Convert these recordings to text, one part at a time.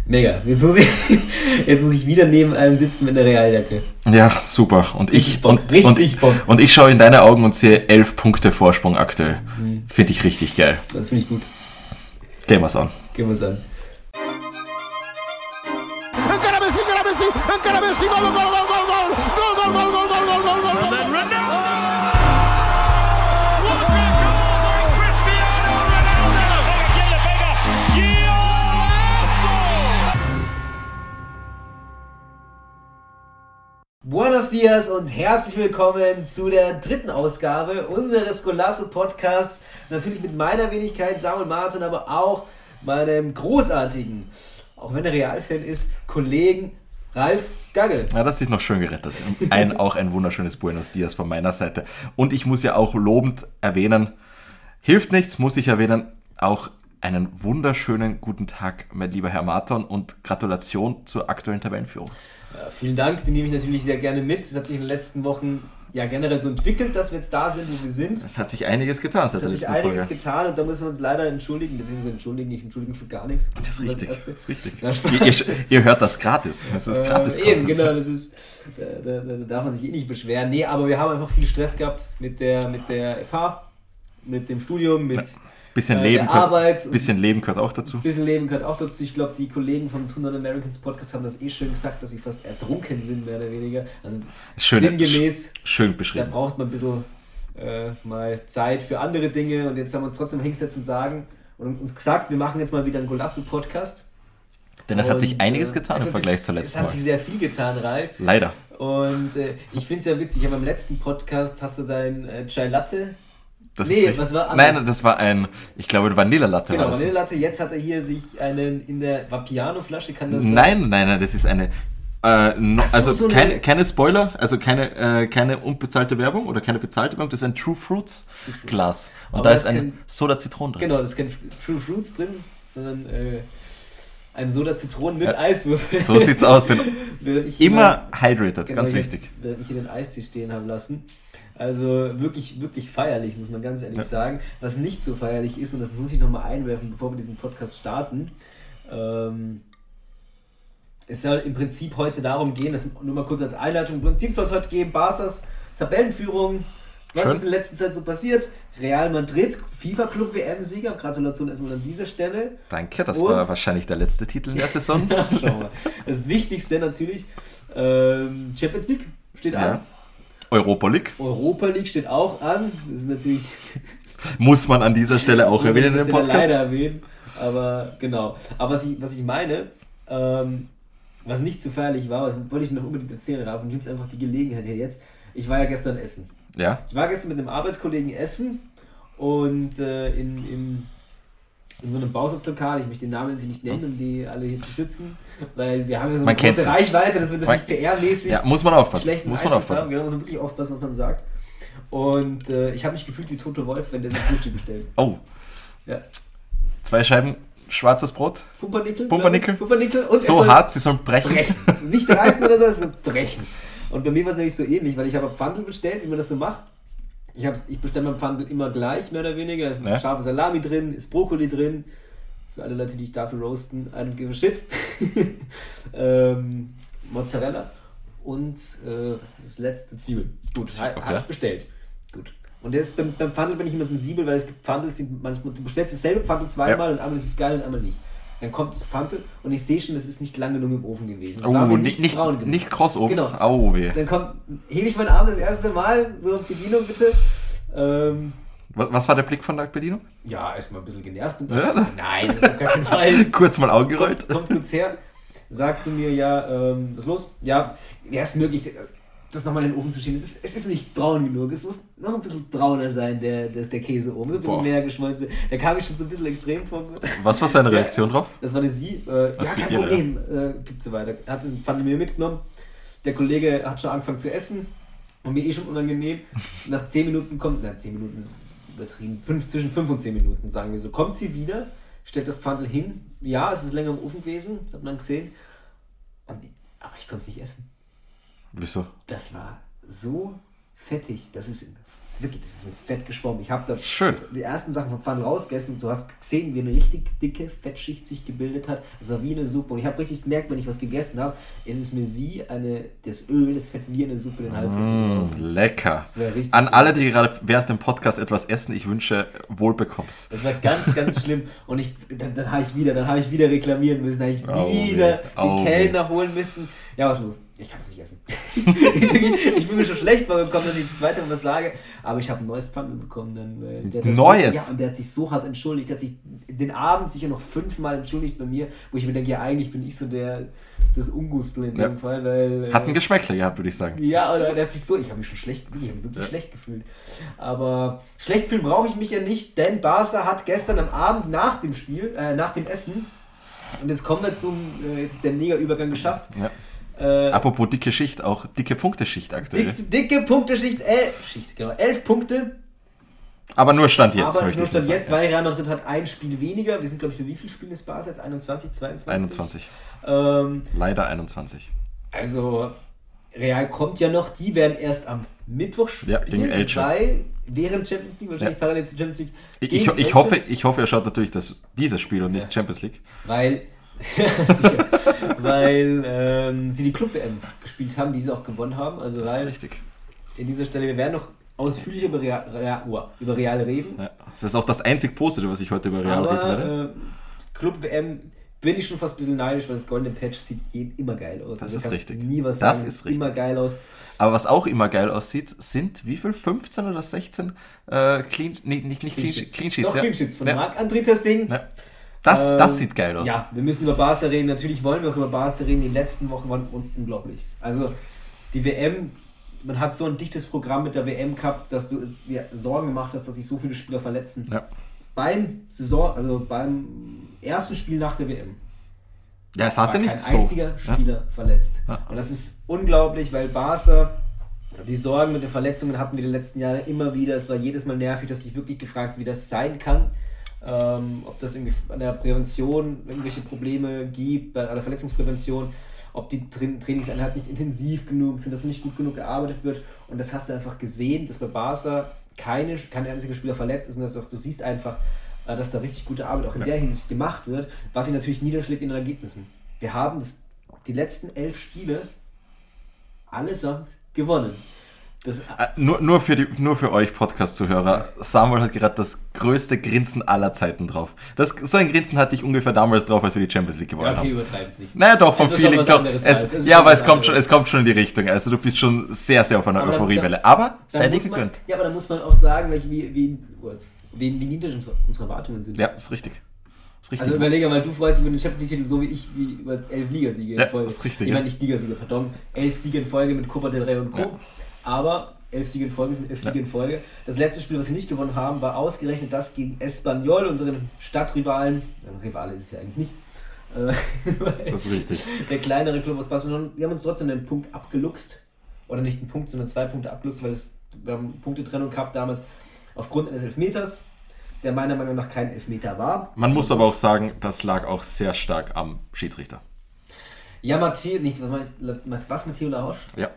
Mega. Jetzt muss ich wieder neben einem sitzen mit einer Realjacke. Ja, super. Und Richtig Bock. Und ich schaue in deine Augen und sehe 11 Punkte Vorsprung aktuell. Finde ich richtig geil. Das finde ich gut. Gehen wir's an. Encara Messi, gol. And then Ronaldo! What a goal by Cristiano Ronaldo! ¿Quién le pega? ¡Golazo! Buenos dias und herzlich willkommen zu der dritten Ausgabe unseres Golazo Podcasts. Natürlich mit meiner Wenigkeit Samuel Martin, aber auch meinem großartigen, auch wenn er Real-Fan ist, Kollegen Ralf Gaggel. Ja, das ist noch schön gerettet. Auch ein wunderschönes Buenos Dias von meiner Seite. Und ich muss ja auch lobend erwähnen, hilft nichts, muss ich erwähnen, auch einen wunderschönen guten Tag, mein lieber Herr Martin, und Gratulation zur aktuellen Tabellenführung. Ja, vielen Dank, die nehme ich natürlich sehr gerne mit. Es hat sich in den letzten Wochen ja generell so entwickelt, dass wir jetzt da sind, wo wir sind. Es hat sich einiges getan seit der letzten Folge. Es hat sich einiges getan und da müssen wir uns leider entschuldigen, beziehungsweise ich entschuldige mich für gar nichts. Das ist richtig. Ihr hört das gratis. Das ist gratis. Eben, genau, das ist, da darf man sich nicht beschweren. Nee, aber wir haben einfach viel Stress gehabt mit der FH, mit dem Studium, mit bisschen der Arbeit. Bisschen Leben gehört auch dazu. Ich glaube, die Kollegen vom Two Non-Americans Podcast haben das schön gesagt, dass sie fast ertrunken sind, mehr oder weniger. Also sinngemäß. Schön beschrieben. Da braucht man ein bisschen mal Zeit für andere Dinge und jetzt haben wir uns trotzdem hingesetzt und uns gesagt, wir machen jetzt mal wieder einen Golazo-Podcast. Denn es hat sich einiges getan im Vergleich zur letzten Mal. Es hat sich sehr viel getan, Ralf. Leider. Und ich finde es ja witzig, aber im letzten Podcast hast du dein Chai Latte. Was war anders? Nein, das war ich glaube, Vanillalatte. Genau, Vanillalatte. Jetzt hat er hier sich einen in der Vapiano-Flasche, kann das sein? Nein, das ist eine, keine Spoiler, also keine unbezahlte Werbung oder keine bezahlte Werbung, das ist ein True Fruits Glas. Und aber da ist ein Soda-Zitron drin. Genau, da ist kein True Fruits drin, sondern ein Soda-Zitron mit Eiswürfeln. So sieht's aus, denn immer hydrated, genau, ganz wichtig. Während ich hier den Eistee stehen habe lassen. Also wirklich, wirklich feierlich, muss man ganz ehrlich sagen. Was nicht so feierlich ist, und das muss ich nochmal einwerfen, bevor wir diesen Podcast starten, es soll im Prinzip heute darum gehen, das nur mal kurz als Einleitung, im Prinzip soll es heute gehen, Barças Tabellenführung, was ist in letzter Zeit so passiert? Real Madrid, FIFA-Club-WM-Sieger, Gratulation erstmal an dieser Stelle. Danke, das war wahrscheinlich der letzte Titel in der Saison. Schau mal. Das Wichtigste natürlich, Champions League steht an. Europa League steht auch an. Das ist natürlich... Muss man an dieser Stelle auch erwähnen im Podcast. Leider erwähnen, aber genau. Aber was ich meine, was nicht zu feierlich war, was wollte ich noch unbedingt erzählen, Ralf, und jetzt einfach die Gelegenheit hier jetzt. Ich war ja gestern essen. Ja. Ich war gestern mit einem Arbeitskollegen essen und in so einem Bausatzlokal, ich möchte den Namen jetzt nicht nennen, um die alle hier zu schützen, weil wir haben ja so eine große Reichweite, das wird natürlich PR-mäßig. Ja, muss man aufpassen. Muss man wirklich aufpassen, was man sagt. Und ich habe mich gefühlt wie Toto Wolf, wenn der sein Frühstück bestellt. Oh. Ja. 2 Scheiben schwarzes Brot. Pumpernickel. Und so hart, sie sollen brechen. Nicht reißen oder so, sondern brechen. Und bei mir war es nämlich so ähnlich, weil ich habe Pfandl bestellt, wie man das so macht. Ich bestelle beim Pfandl immer gleich, mehr oder weniger. Da ist eine scharfe Salami drin, ist Brokkoli drin. Für alle Leute, die ich dafür roasten, I don't give a shit. Mozzarella und was ist das letzte? Zwiebeln. Gut, habe ich bestellt. Gut. Und jetzt beim Pfandl bin ich immer sensibel, weil es gibt Pfandl, manchmal du bestellst dasselbe Pfandl zweimal und einmal ist es geil und einmal nicht. Dann kommt das Pfandl und ich sehe schon, das ist nicht lang genug im Ofen gewesen. Das war mir nicht braun genug. Nicht kross oben. Genau. Oh, weh. Dann hebe ich meinen Arm das erste Mal, so Bedienung bitte. Was war der Blick von der Bedienung? Ja, erstmal ein bisschen genervt. Nein, auf gar keinen Fall. Kurz mal Augen gerollt. Kommt kurz her, sagt zu mir, was ist los? Ja, wäre es möglich, das nochmal in den Ofen zu schieben. Es ist nicht braun genug. Es muss noch ein bisschen brauner sein, der Käse oben. So ein bisschen mehr geschmolzen. Da kam ich schon so ein bisschen extrem vor. Was war seine Reaktion drauf? Das war eine Sie. Kein Problem. Gibt so weiter. Er hat den Pfanne mir mitgenommen. Der Kollege hat schon angefangen zu essen. Und mir schon unangenehm. Nach 10 Minuten kommt, 10 Minuten ist übertrieben, zwischen 5 und 10 Minuten, sagen wir so. Kommt sie wieder, stellt das Pfandl hin. Ja, es ist länger im Ofen gewesen, hat man gesehen. Aber ich konnte es nicht essen. Wieso? Das war so fettig, dass es wirklich, das ist ein Fett geschwommen. Ich habe da Schön. die ersten Sachen vom Pfann rausgegessen. Du hast gesehen, wie eine richtig dicke Fettschicht sich gebildet hat. Das war wie eine Suppe. Und ich habe richtig gemerkt, wenn ich was gegessen habe, es ist mir wie das Öl, das Fett wie eine Suppe in den Hals getrunken. Lecker. Das war richtig An alle, die gerade während dem Podcast etwas essen, ich wünsche Wohlbekommens. Das war ganz, ganz schlimm. Und dann habe ich wieder reklamieren müssen. Dann habe ich wieder den Kellner holen müssen. Ja, was los? Ich kann es nicht essen. Ich bin mir schon schlecht vorgekommen, dass ich das zweite Mal was sage. Aber ich habe ein neues Pfand bekommen. Neues? Ja, und der hat sich so hart entschuldigt. Der hat sich den Abend sicher noch 5-mal entschuldigt bei mir. Wo ich mir denke, ja, eigentlich bin ich so das Ungustel in dem Fall. Weil, hat ein Geschmäckler gehabt, würde ich sagen. Ja, oder der hat sich so... Ich habe mich schon wirklich schlecht gefühlt. Aber schlecht fühlen brauche ich mich ja nicht, denn Barca hat gestern am Abend nach dem Spiel, nach dem Essen, und jetzt kommen wir jetzt ist der Mega-Übergang geschafft. Ja. Apropos dicke Schicht, auch dicke Punkteschicht aktuell. Dicke Punkteschicht, 11 Punkte. Aber nur Stand jetzt, möchte ich sagen. Jetzt, weil Real Madrid hat ein Spiel weniger. Wir sind, glaube ich, bei wie vielen Spielen ist Barca jetzt? 21, 22? 21. Leider 21. Also, Real kommt ja noch. Die werden erst am Mittwoch spielen, weil während Champions League, wahrscheinlich parallel zur Champions League. Ich hoffe, er schaut natürlich dieses Spiel und nicht Champions League. Weil sie die Club-WM gespielt haben, die sie auch gewonnen haben. Also das ist richtig. In dieser Stelle, wir werden noch ausführlich über Real reden. Ja, das ist auch das einzig Positive, was ich heute über Real reden werde. Club-WM bin ich schon fast ein bisschen neidisch, weil das goldene Patch sieht immer geil aus. Das ist richtig. Nie was sagen, das ist richtig. Immer geil aus. Aber was auch immer geil aussieht, sind wie viel? 15 oder 16 Clean Sheets. Doch, Clean Sheets von Marc-André ter Stegen. Ja. Das sieht geil aus. Ja, wir müssen über Barca reden. Natürlich wollen wir auch über Barca reden. Die letzten Wochen waren unglaublich. Also die WM, man hat so ein dichtes Programm mit der WM gehabt, dass du dir Sorgen gemacht hast, dass sich so viele Spieler verletzen. Ja. Beim ersten Spiel nach der WM. Ja, es hast ja nicht so. Kein einziger Spieler verletzt. Ja. Und das ist unglaublich, weil Barca, die Sorgen mit den Verletzungen hatten wir die letzten Jahre immer wieder. Es war jedes Mal nervig, dass sich wirklich gefragt, wie das sein kann. Ob das irgendwie an der Prävention irgendwelche Probleme gibt, bei der Verletzungsprävention, ob die Trainingseinheiten nicht intensiv genug sind, dass nicht gut genug gearbeitet wird. Und das hast du einfach gesehen, dass bei Barca kein einziger Spieler verletzt ist und du siehst einfach, dass da richtig gute Arbeit auch in der Hinsicht gemacht wird, was sich natürlich niederschlägt in den Ergebnissen. Wir haben die letzten 11 Spiele allesamt gewonnen. Nur für euch Podcast-Zuhörer, Samuel hat gerade das größte Grinsen aller Zeiten drauf. So ein Grinsen hatte ich ungefähr damals drauf, als wir die Champions League gewonnen haben. Okay, übertreiben es nicht. Naja, doch, vom Feeling. Aber es kommt schon in die Richtung. Also du bist schon sehr, sehr auf einer Euphoriewelle. Aber sei dir gegönnt. Ja, aber da muss man auch sagen, wie niedrig unsere Erwartungen sind. Ja, ist richtig. Also überlege mal, du freust dich über den Champions League-Titel so wie ich, wie über 11 Ligasiege in Folge. Das ist richtig. Ich meine nicht Ligasiege, pardon. 11 Siege in Folge mit Copa del Rey und Co. Ja. Aber 11 Siege in Folge sind 11 Siege in Folge. Das letzte Spiel, was sie nicht gewonnen haben, war ausgerechnet das gegen Espanyol, unseren Stadtrivalen. Rivale ist es ja eigentlich nicht. Das ist richtig. Der kleinere Club aus Barcelona. Wir haben uns trotzdem einen Punkt abgeluchst. Oder nicht einen Punkt, sondern 2 Punkte abgeluchst, weil wir haben Punktetrennung gehabt damals aufgrund eines Elfmeters, der meiner Meinung nach kein Elfmeter war. Man muss aber auch sagen, das lag auch sehr stark am Schiedsrichter. Ja, Matteo Lahosch? Ja.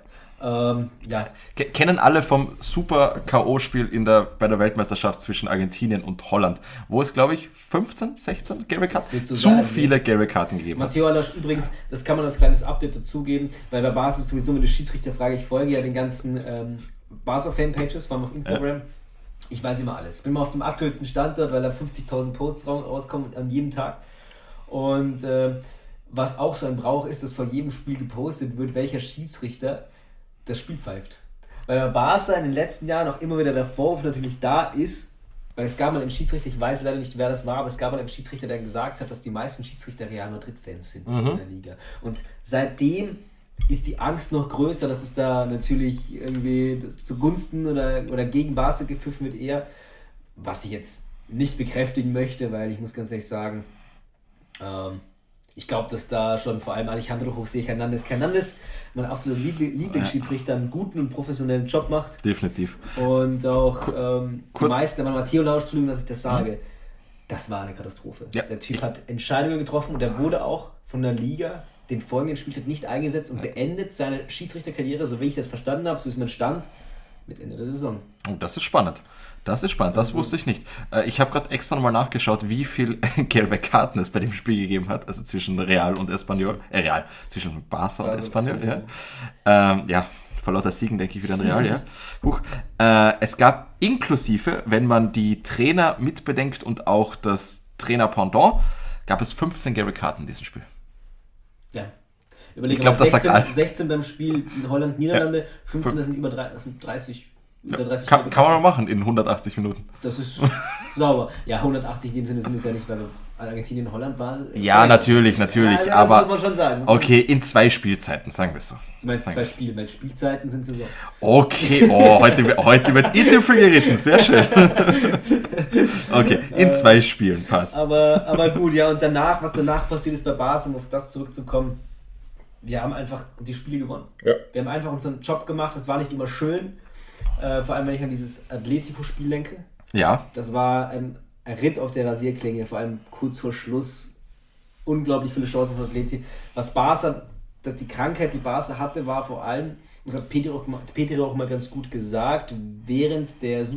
Kennen alle vom super K.O.-Spiel bei der Weltmeisterschaft zwischen Argentinien und Holland, wo es, glaube ich, 15, 16 gelbe Karten, viele gelbe Karten gegeben hat. Matteo Lahosch übrigens, das kann man als kleines Update dazugeben, weil bei Barca ist sowieso mit der Schiedsrichterfrage, ich folge ja den ganzen Barca-Fanpages, vor allem auf Instagram. Ja. Ich weiß immer alles. Ich bin mal auf dem aktuellsten Stand dort, weil da 50.000 Posts rauskommen an jedem Tag. Und was auch so ein Brauch ist, dass vor jedem Spiel gepostet wird, welcher Schiedsrichter das Spiel pfeift. Weil bei Barca in den letzten Jahren auch immer wieder der Vorwurf natürlich da ist, weil es gab mal einen Schiedsrichter, ich weiß leider nicht, wer das war, aber es gab mal einen Schiedsrichter, der gesagt hat, dass die meisten Schiedsrichter Real Madrid-Fans sind in der Liga. Und seitdem ist die Angst noch größer, dass es da natürlich irgendwie zugunsten oder gegen Barca gepfiffen wird eher, was ich jetzt nicht bekräftigen möchte, weil ich muss ganz ehrlich sagen, ich glaube, dass da schon vor allem Alejandro José Hernández, mein absoluter Lieblingsschiedsrichter, einen guten und professionellen Job macht. Definitiv. Und auch die meisten, aber Matteo Lahosch, Entschuldigung, dass ich das sage, das war eine Katastrophe. Ja, der Typ hat Entscheidungen getroffen und er wurde auch von der Liga den folgenden Spieltag nicht eingesetzt und beendet seine Schiedsrichterkarriere, so wie ich das verstanden habe, so ist mein Stand, mit Ende der Saison. Oh, das ist spannend. Das wusste ich nicht. Ich habe gerade extra nochmal nachgeschaut, wie viel gelbe Karten es bei dem Spiel gegeben hat, also zwischen Real und Espanyol. Zwischen Barca und Espanyol, ja. Vor lauter Siegen denke ich wieder an Real, ja. Es gab inklusive, wenn man die Trainer mitbedenkt und auch das Trainer-Pendant, gab es 15 gelbe Karten in diesem Spiel. Ja. Ich glaube, das sagt alles. 16 beim Spiel in Holland-Niederlande, 15 das sind das sind 30. Kann man noch machen in 180 Minuten. Das ist sauber. Ja, 180 in dem Sinne sind es ja nicht, weil Argentinien und Holland war. Ja, natürlich. Ja, das aber muss man schon sagen. Okay, in 2 Spielzeiten, sagen wir es so. Du meinst 2 Spiele, weil Spielzeiten sind sie so. Okay, heute wird Titel geritten, sehr schön. Okay, in 2 Spielen, passt. Aber gut, ja, und was danach passiert ist bei Barca, um auf das zurückzukommen, wir haben einfach die Spiele gewonnen. Ja. Wir haben einfach unseren Job gemacht, das war nicht immer schön. Vor allem, wenn ich an dieses Atletico-Spiel denke. Ja. Das war ein Ritt auf der Rasierklinge, vor allem kurz vor Schluss. Unglaublich viele Chancen von Atleti. Was Barca, die Krankheit, die Barca hatte, war vor allem, das hat Petri auch mal ganz gut gesagt, während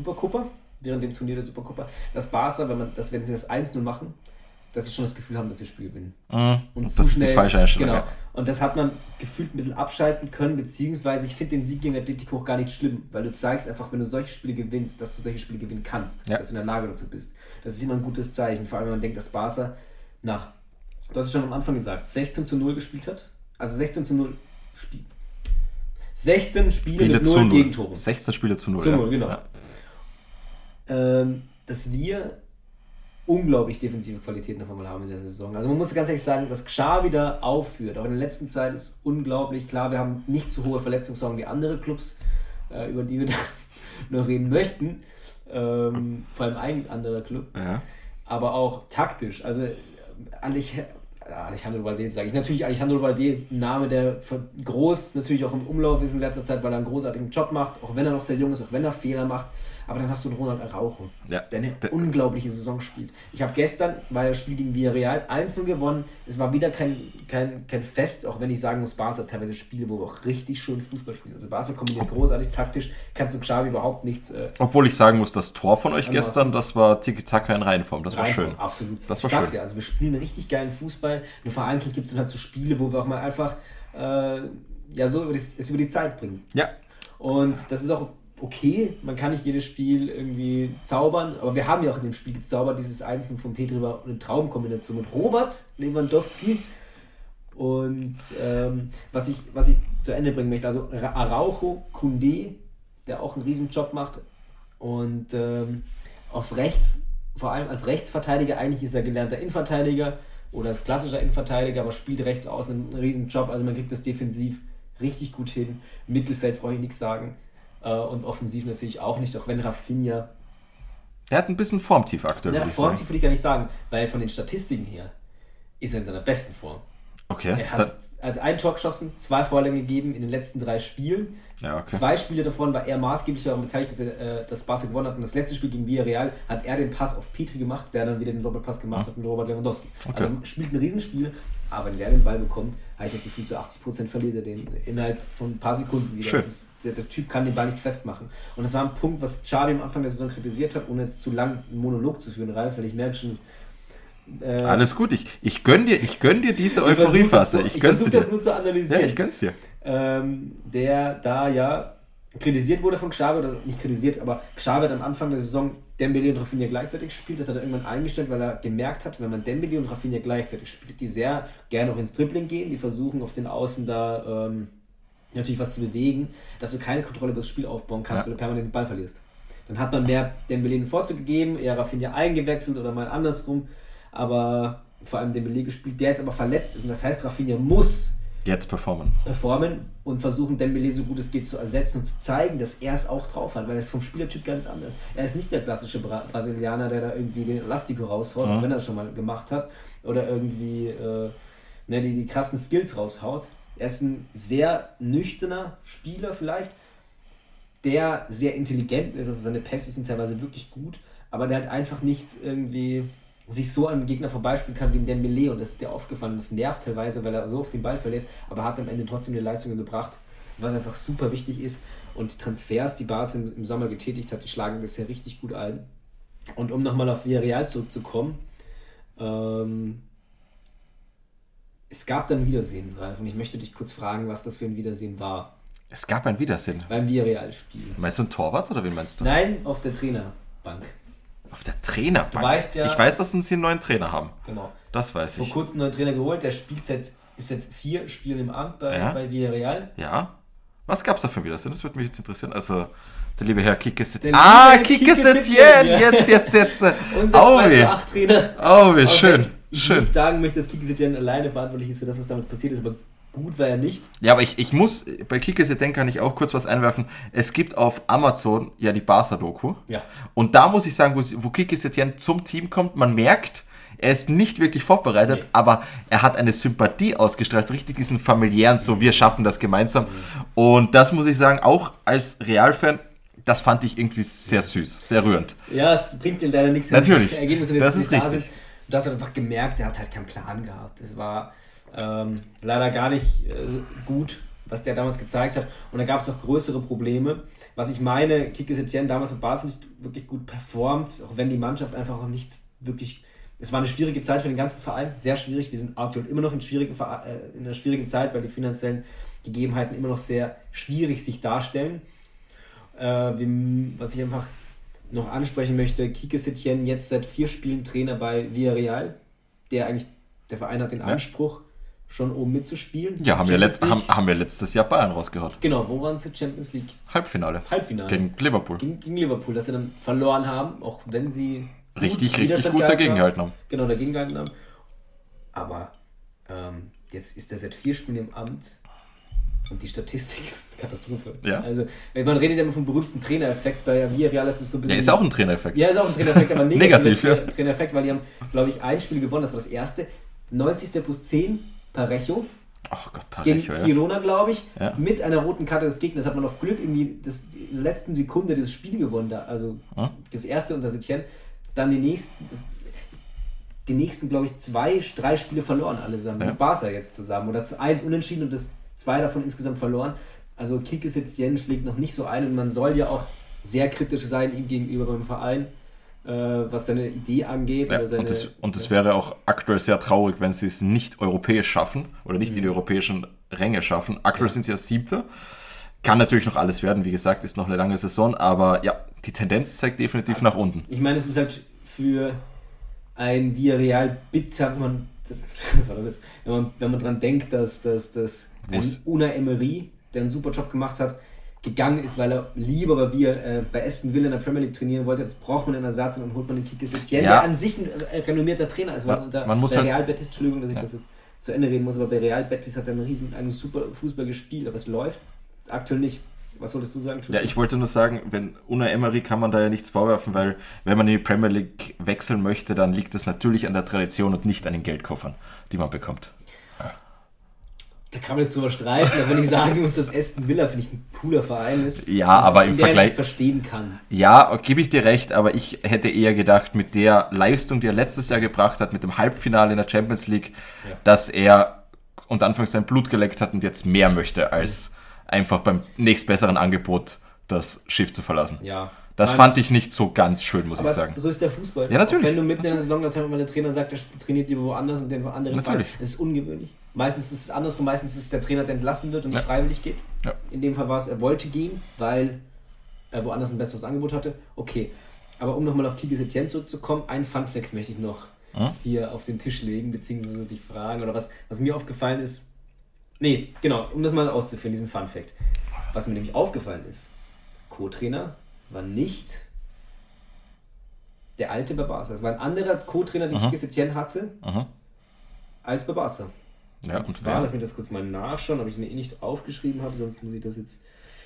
dem Turnier der Supercopa, dass Barca, wenn sie das 1-0 machen, dass sie schon das Gefühl haben, dass sie das Spiel gewinnen. Und das ist die falsche Einstellung. Genau. Und das hat man gefühlt ein bisschen abschalten können, beziehungsweise ich finde den Sieg gegen Atletico auch gar nicht schlimm, weil du zeigst einfach, wenn du solche Spiele gewinnst, dass du solche Spiele gewinnen kannst, dass du in der Lage dazu bist. Das ist immer ein gutes Zeichen, vor allem wenn man denkt, dass Barca du hast es schon am Anfang gesagt, 16-0 gespielt hat, also 16-0 Spiel. 16 Spiele mit 0 Gegentoren. 16 Spiele zu 0. Zu 0, genau. Ja. Dass wir unglaublich defensive Qualitäten davon mal haben in der Saison. Also man muss ganz ehrlich sagen, dass Xavi wieder aufführt, auch in der letzten Zeit ist unglaublich. Klar, wir haben nicht so hohe Verletzungssorgen wie andere Clubs, über die wir da noch reden möchten. Vor allem ein anderer Club. Ja. Aber auch taktisch. Also Alejandro Balde sage ich. Natürlich Alejandro Balde, ein Name, der groß natürlich auch im Umlauf ist in letzter Zeit, weil er einen großartigen Job macht, auch wenn er noch sehr jung ist, auch wenn er Fehler macht. Aber dann hast du einen Ronald Araujo, der eine unglaubliche Saison spielt. Ich habe gestern, weil das Spiel gegen Villarreal 1-0 gewonnen, es war wieder kein Fest, auch wenn ich sagen muss, Barca hat teilweise Spiele, wo wir auch richtig schön Fußball spielen. Also Barca kombiniert großartig taktisch, kannst du Xavi überhaupt nichts... Obwohl ich sagen muss, das Tor von euch gestern, das war Tiki-Taka in Reihenform, das war schön. Absolut. Das war ich sag's ja, also wir spielen richtig geilen Fußball, nur vereinzelt gibt es dann halt so Spiele, wo wir auch mal einfach es über die Zeit bringen. Ja. Und das ist auch okay, man kann nicht jedes Spiel irgendwie zaubern, aber wir haben ja auch in dem Spiel gezaubert, dieses Einzelne von Petri war eine Traumkombination mit Robert Lewandowski und was ich zu Ende bringen möchte, also Araujo, Koundé, der auch einen riesen Job macht und auf rechts, vor allem als Rechtsverteidiger, eigentlich ist er gelernter Innenverteidiger oder als klassischer Innenverteidiger, aber spielt rechts außen einen riesen Job, also man kriegt das defensiv richtig gut hin, Mittelfeld brauche ich nichts sagen. Und offensiv natürlich auch nicht, auch wenn Rafinha... Er hat ein bisschen Formtief aktuell, würde ich sagen. Formtief würde ich gar nicht sagen, weil von den Statistiken her ist er in seiner besten Form. Okay. Er hat ein Tor geschossen, 2 Vorlagen gegeben in den letzten 3 Spielen. Ja, okay. 2 Spiele davon war er maßgeblich daran beteiligt, dass er das Barca gewonnen hat. Und das letzte Spiel gegen Villarreal hat er den Pass auf Petri gemacht, der dann wieder den Doppelpass gemacht hat mit Robert Lewandowski. Okay. Also spielt ein Riesenspiel, aber wenn der den Ball bekommt, habe ich das Gefühl, zu 80% verliert er den innerhalb von ein paar Sekunden wieder. Das ist, der Typ kann den Ball nicht festmachen. Und das war ein Punkt, was Xavi am Anfang der Saison kritisiert hat, ohne jetzt zu lang einen Monolog zu führen, Ralf, weil ich merke schon, alles gut, ich gönn dir diese Euphoriephase. Ich versuche das nur zu analysieren. Ja, ich gönn's dir. Der da ja kritisiert wurde von Xavi, oder nicht kritisiert, aber Xavi hat am Anfang der Saison Dembélé und Rafinha gleichzeitig gespielt. Das hat er irgendwann eingestellt, weil er gemerkt hat, wenn man Dembélé und Rafinha gleichzeitig spielt, die sehr gerne auch ins Dribbling gehen, die versuchen auf den Außen da natürlich was zu bewegen, dass du keine Kontrolle über das Spiel aufbauen kannst, weil du permanent den Ball verlierst. Dann hat man mehr Dembélé einen Vorzug gegeben, eher Rafinha eingewechselt oder mal andersrum, aber vor allem Dembélé gespielt, der jetzt aber verletzt ist. Und das heißt, Rafinha muss jetzt performen und versuchen, Dembélé so gut es geht zu ersetzen und zu zeigen, dass er es auch drauf hat, weil er ist vom Spielertyp ganz anders. Er ist nicht der klassische Brasilianer, der da irgendwie den Elastico raushaut, auch wenn er das schon mal gemacht hat, oder irgendwie die krassen Skills raushaut. Er ist ein sehr nüchterner Spieler vielleicht, der sehr intelligent ist, also seine Pässe sind teilweise wirklich gut, aber der halt einfach nicht irgendwie sich so an den Gegner vorbeispielen kann wie ein Dembélé, und das ist dir aufgefallen, das nervt teilweise, weil er so auf den Ball verliert, aber hat am Ende trotzdem eine Leistung gebracht, was einfach super wichtig ist. Und die Transfers, die Barca im Sommer getätigt hat, die schlagen bisher richtig gut ein. Und um nochmal auf Villarreal zurückzukommen, es gab dann Wiedersehen, Ralf, und ich möchte dich kurz fragen, was das für ein Wiedersehen war. Es gab ein Wiedersehen. Beim Villarreal-Spiel. Meinst du ein Torwart oder wen meinst du? Nein, auf der Trainerbank. Auf der Trainerbank? Du weißt ja, ich weiß, dass sie einen neuen Trainer haben. Genau. Das weiß ich. Vor kurzem einen neuen Trainer geholt, der spielt ist seit 4 Spielen im Amt bei Villarreal. Ja. Was gab es da für ein Wiedersehen? Das würde mich jetzt interessieren. Also, der liebe Herr Quique Setien. Quique Setien! Jetzt. Unser 2:8 Trainer. Oh, wie schön. Ich nicht sagen möchte, dass Quique Setien alleine verantwortlich ist für das, was damals passiert ist, aber gut war er nicht. Ja, aber ich muss, bei Quique Setien kann ich auch kurz was einwerfen. Es gibt auf Amazon ja die Barca-Doku. Ja. Und da muss ich sagen, wo Quique Setien zum Team kommt, man merkt, er ist nicht wirklich vorbereitet, aber er hat eine Sympathie ausgestrahlt, so richtig diesen familiären, so wir schaffen das gemeinsam. Und das muss ich sagen, auch als Real-Fan, das fand ich irgendwie sehr süß, sehr rührend. Ja, es bringt dir leider nichts. Natürlich, Ergebnisse, das ist richtig. Du hast einfach gemerkt, er hat halt keinen Plan gehabt. Es war leider gar nicht gut, was der damals gezeigt hat. Und da gab es noch größere Probleme. Was ich meine, Quique Setien damals mit Barca nicht wirklich gut performt, auch wenn die Mannschaft einfach auch nicht wirklich... Es war eine schwierige Zeit für den ganzen Verein, sehr schwierig. Wir sind aktuell immer noch in einer schwierigen Zeit, weil die finanziellen Gegebenheiten immer noch sehr schwierig sich darstellen. Was ich einfach noch ansprechen möchte, Quique Setien jetzt seit 4 Spielen Trainer bei Villarreal. Der Verein hat den Anspruch, schon oben mitzuspielen. Ja, haben wir letztes Jahr Bayern rausgehauen. Genau, wo waren sie? Champions League? Halbfinale. Gegen Liverpool. Gegen Liverpool, dass sie dann verloren haben, auch wenn sie richtig gut dagegen gehalten haben. Genau, dagegen gehalten haben. Aber jetzt ist er seit 4 Spielen im Amt und die Statistik ist eine Katastrophe. Ja. Also, man redet ja immer vom berühmten Trainereffekt bei Villarreal, das ist so ein bisschen... Ja, ist auch ein Trainereffekt. Ja, ist auch ein Trainereffekt, aber negativ, ja. Trainereffekt, weil die haben, glaube ich, ein Spiel gewonnen, das war das erste. 90. plus 10, Parejo. Ach Gott, Parejo, gegen Girona, glaube ich, ja. Mit einer roten Karte des Gegners hat man auf Glück irgendwie in der letzten Sekunde dieses Spiel gewonnen. Also das erste unter Setien. Dann die nächsten, glaube ich, 2-3 Spiele verloren allesamt. Ja. Mit Barca jetzt zusammen. Oder 1 unentschieden und 2 davon insgesamt verloren. Also Quique Setien schlägt noch nicht so ein und man soll ja auch sehr kritisch sein ihm gegenüber beim Verein, was seine Idee angeht. Ja, oder und es wäre auch aktuell sehr traurig, wenn sie es nicht europäisch schaffen oder nicht in die europäischen Ränge schaffen. Aktuell sind sie ja 7. Kann natürlich noch alles werden, wie gesagt, ist noch eine lange Saison, aber ja, die Tendenz zeigt definitiv nach unten. Ich meine, es ist halt für ein Villarreal bitter, wenn man dran denkt, dass ein Unai Emery, der einen super Job gemacht hat, gegangen ist, weil er lieber bei Aston Villa in der Premier League trainieren wollte. Jetzt braucht man einen Ersatz und dann holt man den Quique Setien, der an sich ein renommierter Trainer ist. Real Betis, Entschuldigung, dass ich das jetzt zu Ende reden muss, aber bei Real Betis hat er einen super Fußball gespielt, aber es läuft aktuell nicht. Was wolltest du sagen? Ja, ich wollte nur sagen, wenn Unai Emery kann man da ja nichts vorwerfen, weil wenn man in die Premier League wechseln möchte, dann liegt es natürlich an der Tradition und nicht an den Geldkoffern, die man bekommt. Da kann man jetzt drüber streiten, aber wenn ich sagen muss, dass Aston Villa, finde ich, ein cooler Verein ist, ja, aber im Vergleich verstehen kann. Ja, gebe ich dir recht, aber ich hätte eher gedacht, mit der Leistung, die er letztes Jahr gebracht hat, mit dem Halbfinale in der Champions League, dass er unter Anfangs sein Blut geleckt hat und jetzt mehr möchte, als einfach beim nächstbesseren Angebot das Schiff zu verlassen. Ja. Das fand ich nicht so ganz schön, muss ich sagen. So ist der Fußball. Ja, natürlich. Auch wenn du mitten in der Saison, wenn der Trainer sagt, er trainiert lieber woanders und den anderen Verein, das ist ungewöhnlich. Meistens ist es andersrum, meistens ist es der Trainer, der entlassen wird und nicht freiwillig geht. Ja. In dem Fall war es, er wollte gehen, weil er woanders ein besseres Angebot hatte. Okay, aber um nochmal auf Quique Setien zurückzukommen, ein Funfact möchte ich noch hier auf den Tisch legen, beziehungsweise dich fragen, oder was mir aufgefallen ist. Nee, genau, um das mal auszuführen, diesen Funfact. Was mir nämlich aufgefallen ist, Co-Trainer war nicht der alte bei Barca. Es war ein anderer Co-Trainer, den Quique Setien hatte, als bei Barca. Ja, und zwar, lass mich das kurz mal nachschauen, ob ich es mir nicht aufgeschrieben habe, sonst muss ich das jetzt...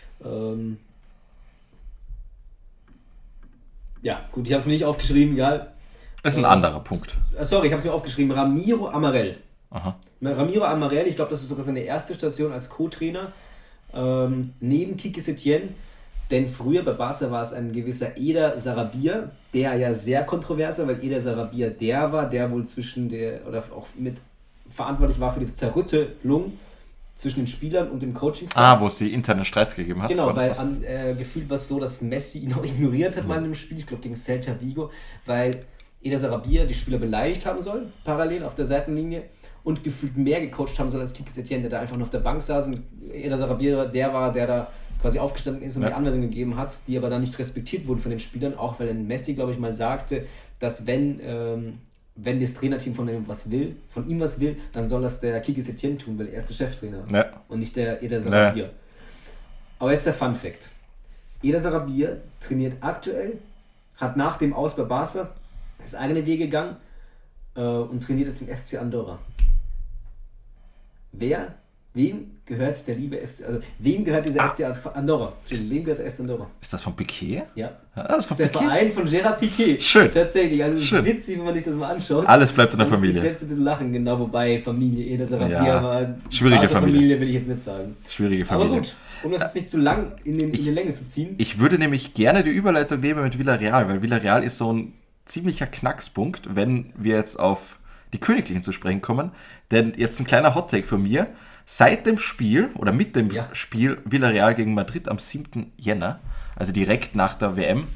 ja, gut, ich habe es mir nicht aufgeschrieben, egal. Das ist ein anderer Punkt. Sorry, ich habe es mir aufgeschrieben, Ramiro Amarell. Ramiro Amarell, ich glaube, das ist sogar seine erste Station als Co-Trainer, neben Quique Setien, denn früher bei Barca war es ein gewisser Eder Sarabia, der ja sehr kontrovers war, weil Eder Sarabia der wohl oder auch mit verantwortlich war für die Zerrüttelung zwischen den Spielern und dem Coaching-Staff. Wo es die internen Streits gegeben hat. Genau, weil gefühlt war es so, dass Messi ihn auch ignoriert hat mal in dem Spiel, ich glaube gegen Celta Vigo, weil Eder Sarabia die Spieler beleidigt haben soll, parallel auf der Seitenlinie, und gefühlt mehr gecoacht haben soll als Quique Setién, der da einfach nur auf der Bank saß, und Eder Sarabia der da quasi aufgestanden ist und die Anweisungen gegeben hat, die aber dann nicht respektiert wurden von den Spielern, auch weil Messi, glaube ich, mal sagte, dass wenn das Trainerteam von ihm was will, dann soll das der Quique Setién tun, weil er ist der Cheftrainer und nicht der Eder Sarabia. Aber jetzt der Fun-Fact. Eder Sarabia trainiert aktuell, hat nach dem Aus bei Barca ist eigene Wege gegangen und trainiert jetzt im FC Andorra. Wem gehört der liebe FC, also wem gehört dieser FC Andorra? Wem gehört der FC Andorra? Ist das von Piqué? Ja. Das ist der Verein von Gerard Piqué. Schön. Tatsächlich, also es ist witzig, wenn man sich das mal anschaut. Alles bleibt in der Familie. Man muss sich selbst ein bisschen lachen, genau, wobei Familie Eder Sarabia war. Schwierige Familie will ich jetzt nicht sagen. Schwierige Familie. Aber gut, um das jetzt nicht zu lang in die Länge zu ziehen. Ich würde nämlich gerne die Überleitung nehmen mit Villarreal, weil Villarreal ist so ein ziemlicher Knackspunkt, wenn wir jetzt auf die Königlichen zu sprechen kommen. Denn jetzt ein kleiner Hottake von mir. Seit dem Spiel oder mit dem Spiel Villarreal gegen Madrid am 7. Jänner, also direkt nach der WM,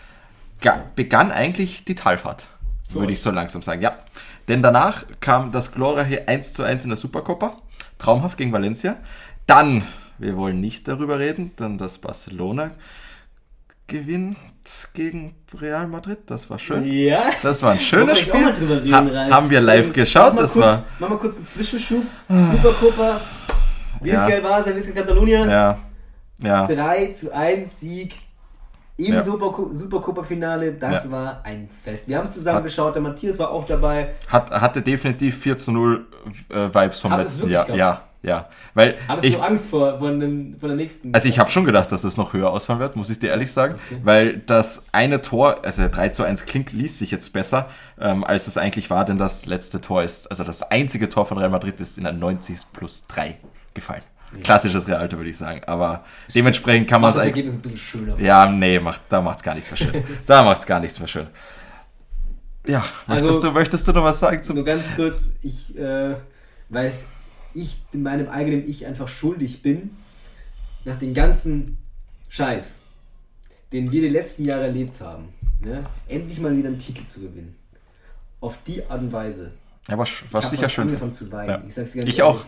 begann eigentlich die Talfahrt, würde ich so langsam sagen. Ja, denn danach kam das glorreiche 1:1 in der Supercopa, traumhaft gegen Valencia. Dann, wir wollen nicht darüber reden, dann das Barcelona gewinnt gegen Real Madrid, das war schön. Ja. Das war ein schönes Spiel. Auch mal drüber reden, haben wir live geschaut. Mach mal kurz einen Zwischenschub. Supercopa, Vizca Barça, Vizca Catalunya. Ja. 3:1 Sieg im Supercopa-Finale. Das war ein Fest. Wir haben es zusammen geschaut, der Matthias war auch dabei. Hatte definitiv 4:0 Vibes vom letzten Jahr. Ja, weil hattest du Angst vor der nächsten? Also ich habe schon gedacht, dass es noch höher ausfallen wird, muss ich dir ehrlich sagen, weil das eine Tor, also 3:1 liest sich jetzt besser, als es eigentlich war, denn das letzte Tor ist, also das einzige Tor von Real Madrid ist in der 90+3 gefallen. Ja. Klassisches Realalter, würde ich sagen, aber dementsprechend kann man es eigentlich... Das Ergebnis ein bisschen schöner. Ja, nee, da macht es gar nichts mehr schön. Ja, möchtest du noch was sagen? Nur ganz kurz, ich weiß... ich meinem eigenen Ich einfach schuldig bin, nach dem ganzen Scheiß, den wir die letzten Jahre erlebt haben, endlich mal wieder einen Titel zu gewinnen. Auf die Art und Weise. Ja, war sicher schön. Ich habe angefangen zu weinen. Ja. Ich sag's dir ganz ehrlich. Auch.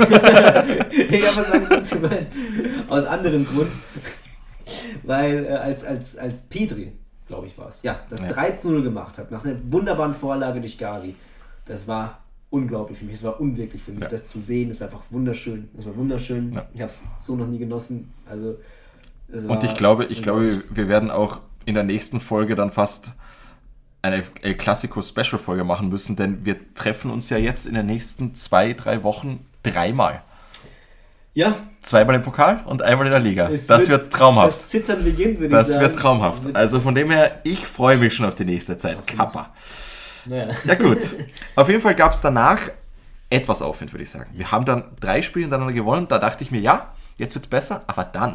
Ich habe was angefangen zu weinen. Aus anderem Grund. Weil als Pedri, glaube ich war es, das 3:0 gemacht hat, nach einer wunderbaren Vorlage durch Gavi, das war unglaublich für mich, es war unwirklich für mich, das zu sehen, es war einfach wunderschön. Ja. Ich habe es so noch nie genossen. Also, und ich glaube, wir werden auch in der nächsten Folge dann fast eine El Clasico-Special-Folge machen müssen, denn wir treffen uns ja jetzt in den nächsten 2-3 Wochen 3-mal. Ja. 2-mal im Pokal und einmal in der Liga. Das wird traumhaft. Das Zittern beginnt, würde ich sagen. Das wird traumhaft. Also von dem her, ich freue mich schon auf die nächste Zeit. Absolut. Kappa. Ja gut, auf jeden Fall gab es danach etwas Aufwind, würde ich sagen. Wir haben dann 3 Spiele hintereinander gewonnen, da dachte ich mir, jetzt wird es besser, aber dann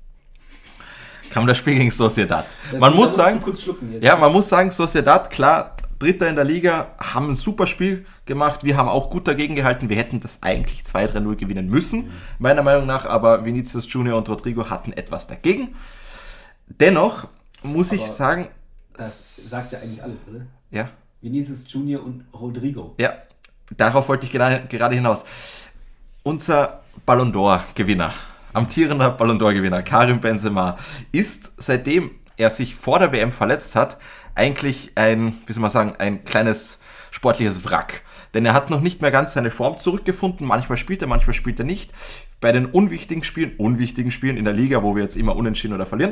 kam das Spiel gegen Sociedad. Man muss sagen, Sociedad, klar, Dritter in der Liga, haben ein super Spiel gemacht, wir haben auch gut dagegen gehalten, wir hätten das eigentlich 2-3-0 gewinnen müssen, meiner Meinung nach, aber Vinicius Junior und Rodrigo hatten etwas dagegen. Dennoch muss ich sagen... Das sagt ja eigentlich alles, oder? Ja. Vinicius Junior und Rodrigo. Ja, darauf wollte ich gerade hinaus. Unser Ballon d'Or-Gewinner, amtierender Ballon d'Or-Gewinner, Karim Benzema, ist, seitdem er sich vor der WM verletzt hat, eigentlich ein kleines sportliches Wrack. Denn er hat noch nicht mehr ganz seine Form zurückgefunden. Manchmal spielt er nicht. Bei den unwichtigen Spielen in der Liga, wo wir jetzt immer unentschieden oder verlieren,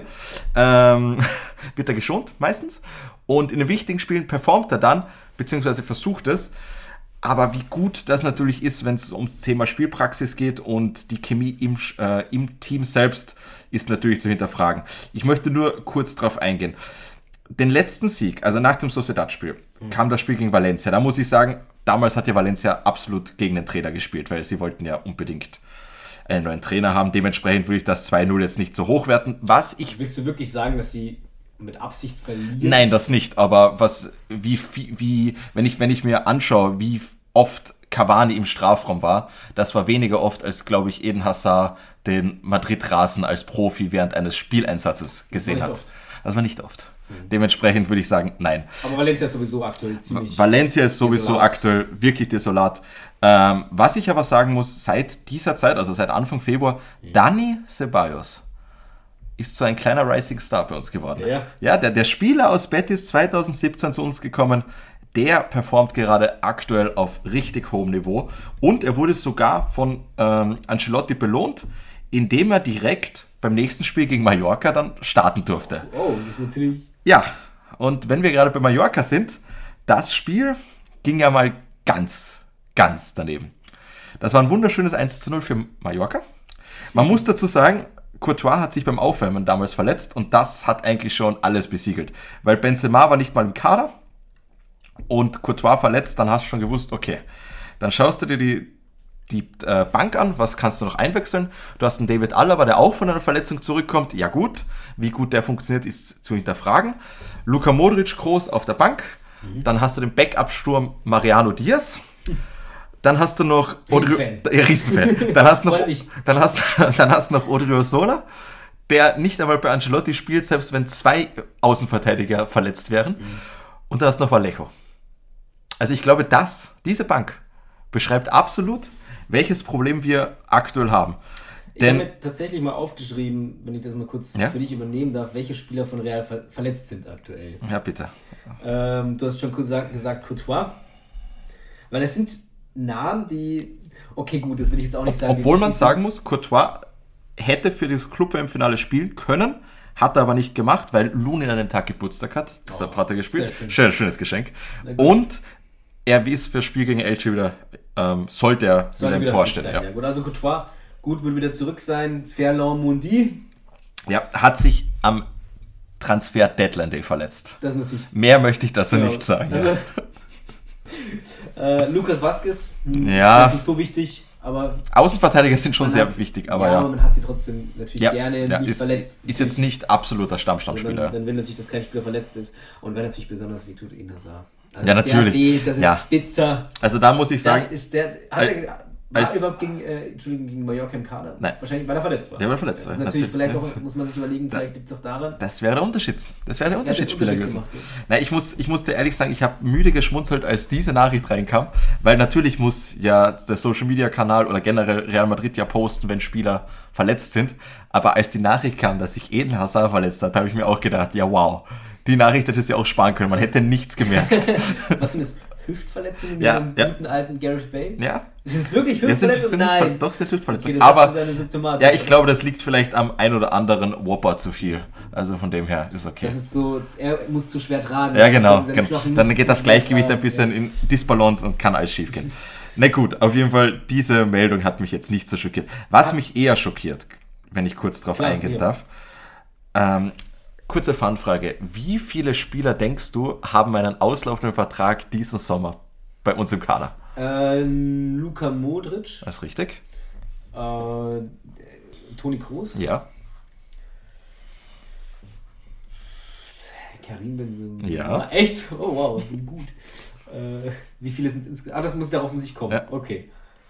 wird er geschont meistens. Und in den wichtigen Spielen performt er dann, beziehungsweise versucht es. Aber wie gut das natürlich ist, wenn es ums Thema Spielpraxis geht und die Chemie im Team selbst ist natürlich zu hinterfragen. Ich möchte nur kurz drauf eingehen. Den letzten Sieg, also nach dem Sociedad-Spiel, kam das Spiel gegen Valencia. Da muss ich sagen, damals hat ja Valencia absolut gegen den Trainer gespielt, weil sie wollten ja unbedingt einen neuen Trainer haben. Dementsprechend würde ich das 2-0 jetzt nicht so hoch werten. Willst du wirklich sagen, dass sie mit Absicht verlieren? Nein, das nicht. Aber wenn ich mir anschaue, wie oft Cavani im Strafraum war, das war weniger oft, als, glaube ich, Eden Hazard den Madrid-Rasen als Profi während eines Spieleinsatzes gesehen hat. Das war nicht oft. Dementsprechend würde ich sagen, nein. Aber Valencia ist sowieso aktuell ziemlich... Valencia ist sowieso aktuell wirklich desolat. Was ich aber sagen muss, seit dieser Zeit, also seit Anfang Februar, Dani Ceballos ist so ein kleiner Rising Star bei uns geworden. Ja, der Spieler aus Betis 2017 zu uns gekommen, der performt gerade aktuell auf richtig hohem Niveau. Und er wurde sogar von Ancelotti belohnt, indem er direkt beim nächsten Spiel gegen Mallorca dann starten durfte. Oh, das ist natürlich... Ja, und wenn wir gerade bei Mallorca sind, das Spiel ging ja mal ganz daneben. Das war ein wunderschönes 1:0 für Mallorca. Man muss dazu sagen, Courtois hat sich beim Aufwärmen damals verletzt und das hat eigentlich schon alles besiegelt. Weil Benzema war nicht mal im Kader und Courtois verletzt, dann hast du schon gewusst, okay, dann schaust du dir die Bank an, was kannst du noch einwechseln? Du hast einen David Alaba, der auch von einer Verletzung zurückkommt. Ja gut, wie gut der funktioniert, ist zu hinterfragen. Luka Modric groß auf der Bank. Dann hast du den Backup-Sturm Mariano Diaz. Dann hast du noch... Riesenfan. Dann hast du noch Odriozola, der nicht einmal bei Ancelotti spielt, selbst wenn 2 Außenverteidiger verletzt wären. Und dann hast du noch Vallejo. Also ich glaube, diese Bank beschreibt absolut, welches Problem wir aktuell haben. Ich habe mir tatsächlich mal aufgeschrieben, wenn ich das mal kurz für dich übernehmen darf, welche Spieler von Real verletzt sind aktuell. Ja, bitte. Du hast schon gesagt Courtois. Weil das sind Namen, die... Okay, gut, das will ich jetzt auch nicht sagen. Obwohl man sagen muss, Courtois hätte für das Club-WM-Finale spielen können, hat er aber nicht gemacht, weil Lunin an dem Tag Geburtstag hat. Deshalb hat er gespielt. Schönes Geschenk. Und er ist für das Spiel gegen Elche wieder... sollte er wieder im Tor stehen. Ja. Gut, also Courtois, wird wieder zurück sein. Ferland Mundi. Ja, hat sich am Transfer-Deadline Day verletzt. Das ist natürlich... Mehr möchte ich dazu nicht sagen. Also, Lucas Vázquez, ist nicht so wichtig, aber... Außenverteidiger sind schon sehr wichtig, aber aber man hat sie trotzdem natürlich gerne nicht verletzt. Ist jetzt nicht absoluter Stammspieler. Dann will natürlich, dass kein Spieler verletzt ist. Und wer natürlich besonders wie tut, Eden Hazard. Also ja, natürlich. Das ist bitter. Also da muss ich sagen... Das ist der... War er überhaupt gegen Mallorca im Kader? Nein. Wahrscheinlich, weil er verletzt war. Der war verletzt. Das ist natürlich vielleicht auch, muss man sich überlegen, vielleicht liegt es auch daran. Das wäre der Unterschied. Das wäre der Unterschiedsspieler gewesen. Nein, ich muss dir ehrlich sagen, ich habe müde geschmunzelt, als diese Nachricht reinkam, weil natürlich muss ja der Social Media Kanal oder generell Real Madrid ja posten, wenn Spieler verletzt sind. Aber als die Nachricht kam, dass sich Eden Hazard verletzt hat, habe ich mir auch gedacht, ja wow, die Nachricht hätte sie auch sparen können. Man hätte nichts gemerkt. Was sind das? Hüftverletzungen mit dem guten alten Gareth Bale? Ja. Ist es wirklich Hüftverletzung? Nein. Doch, sind Hüftverletzungen. Okay, aber seine Symptomatik. Ja, ich glaube, das liegt vielleicht am ein oder anderen Whopper zu viel. Also von dem her ist okay. Das ist so, er muss zu schwer tragen. Ja, genau. Dann geht das Gleichgewicht ein bisschen in Disbalance und kann alles schief gehen. Na gut, auf jeden Fall, diese Meldung hat mich jetzt nicht so schockiert. Was mich eher schockiert, wenn ich kurz drauf eingehen darf, kurze Fanfrage. Wie viele Spieler, denkst du, haben einen auslaufenden Vertrag diesen Sommer bei uns im Kader? Luka Modric. Das ist richtig. Toni Kroos. Ja. Karim Benzema. Ja. Echt? Oh wow, ich bin gut. Wie viele sind es insgesamt? Darauf muss ich kommen. Ja. Okay.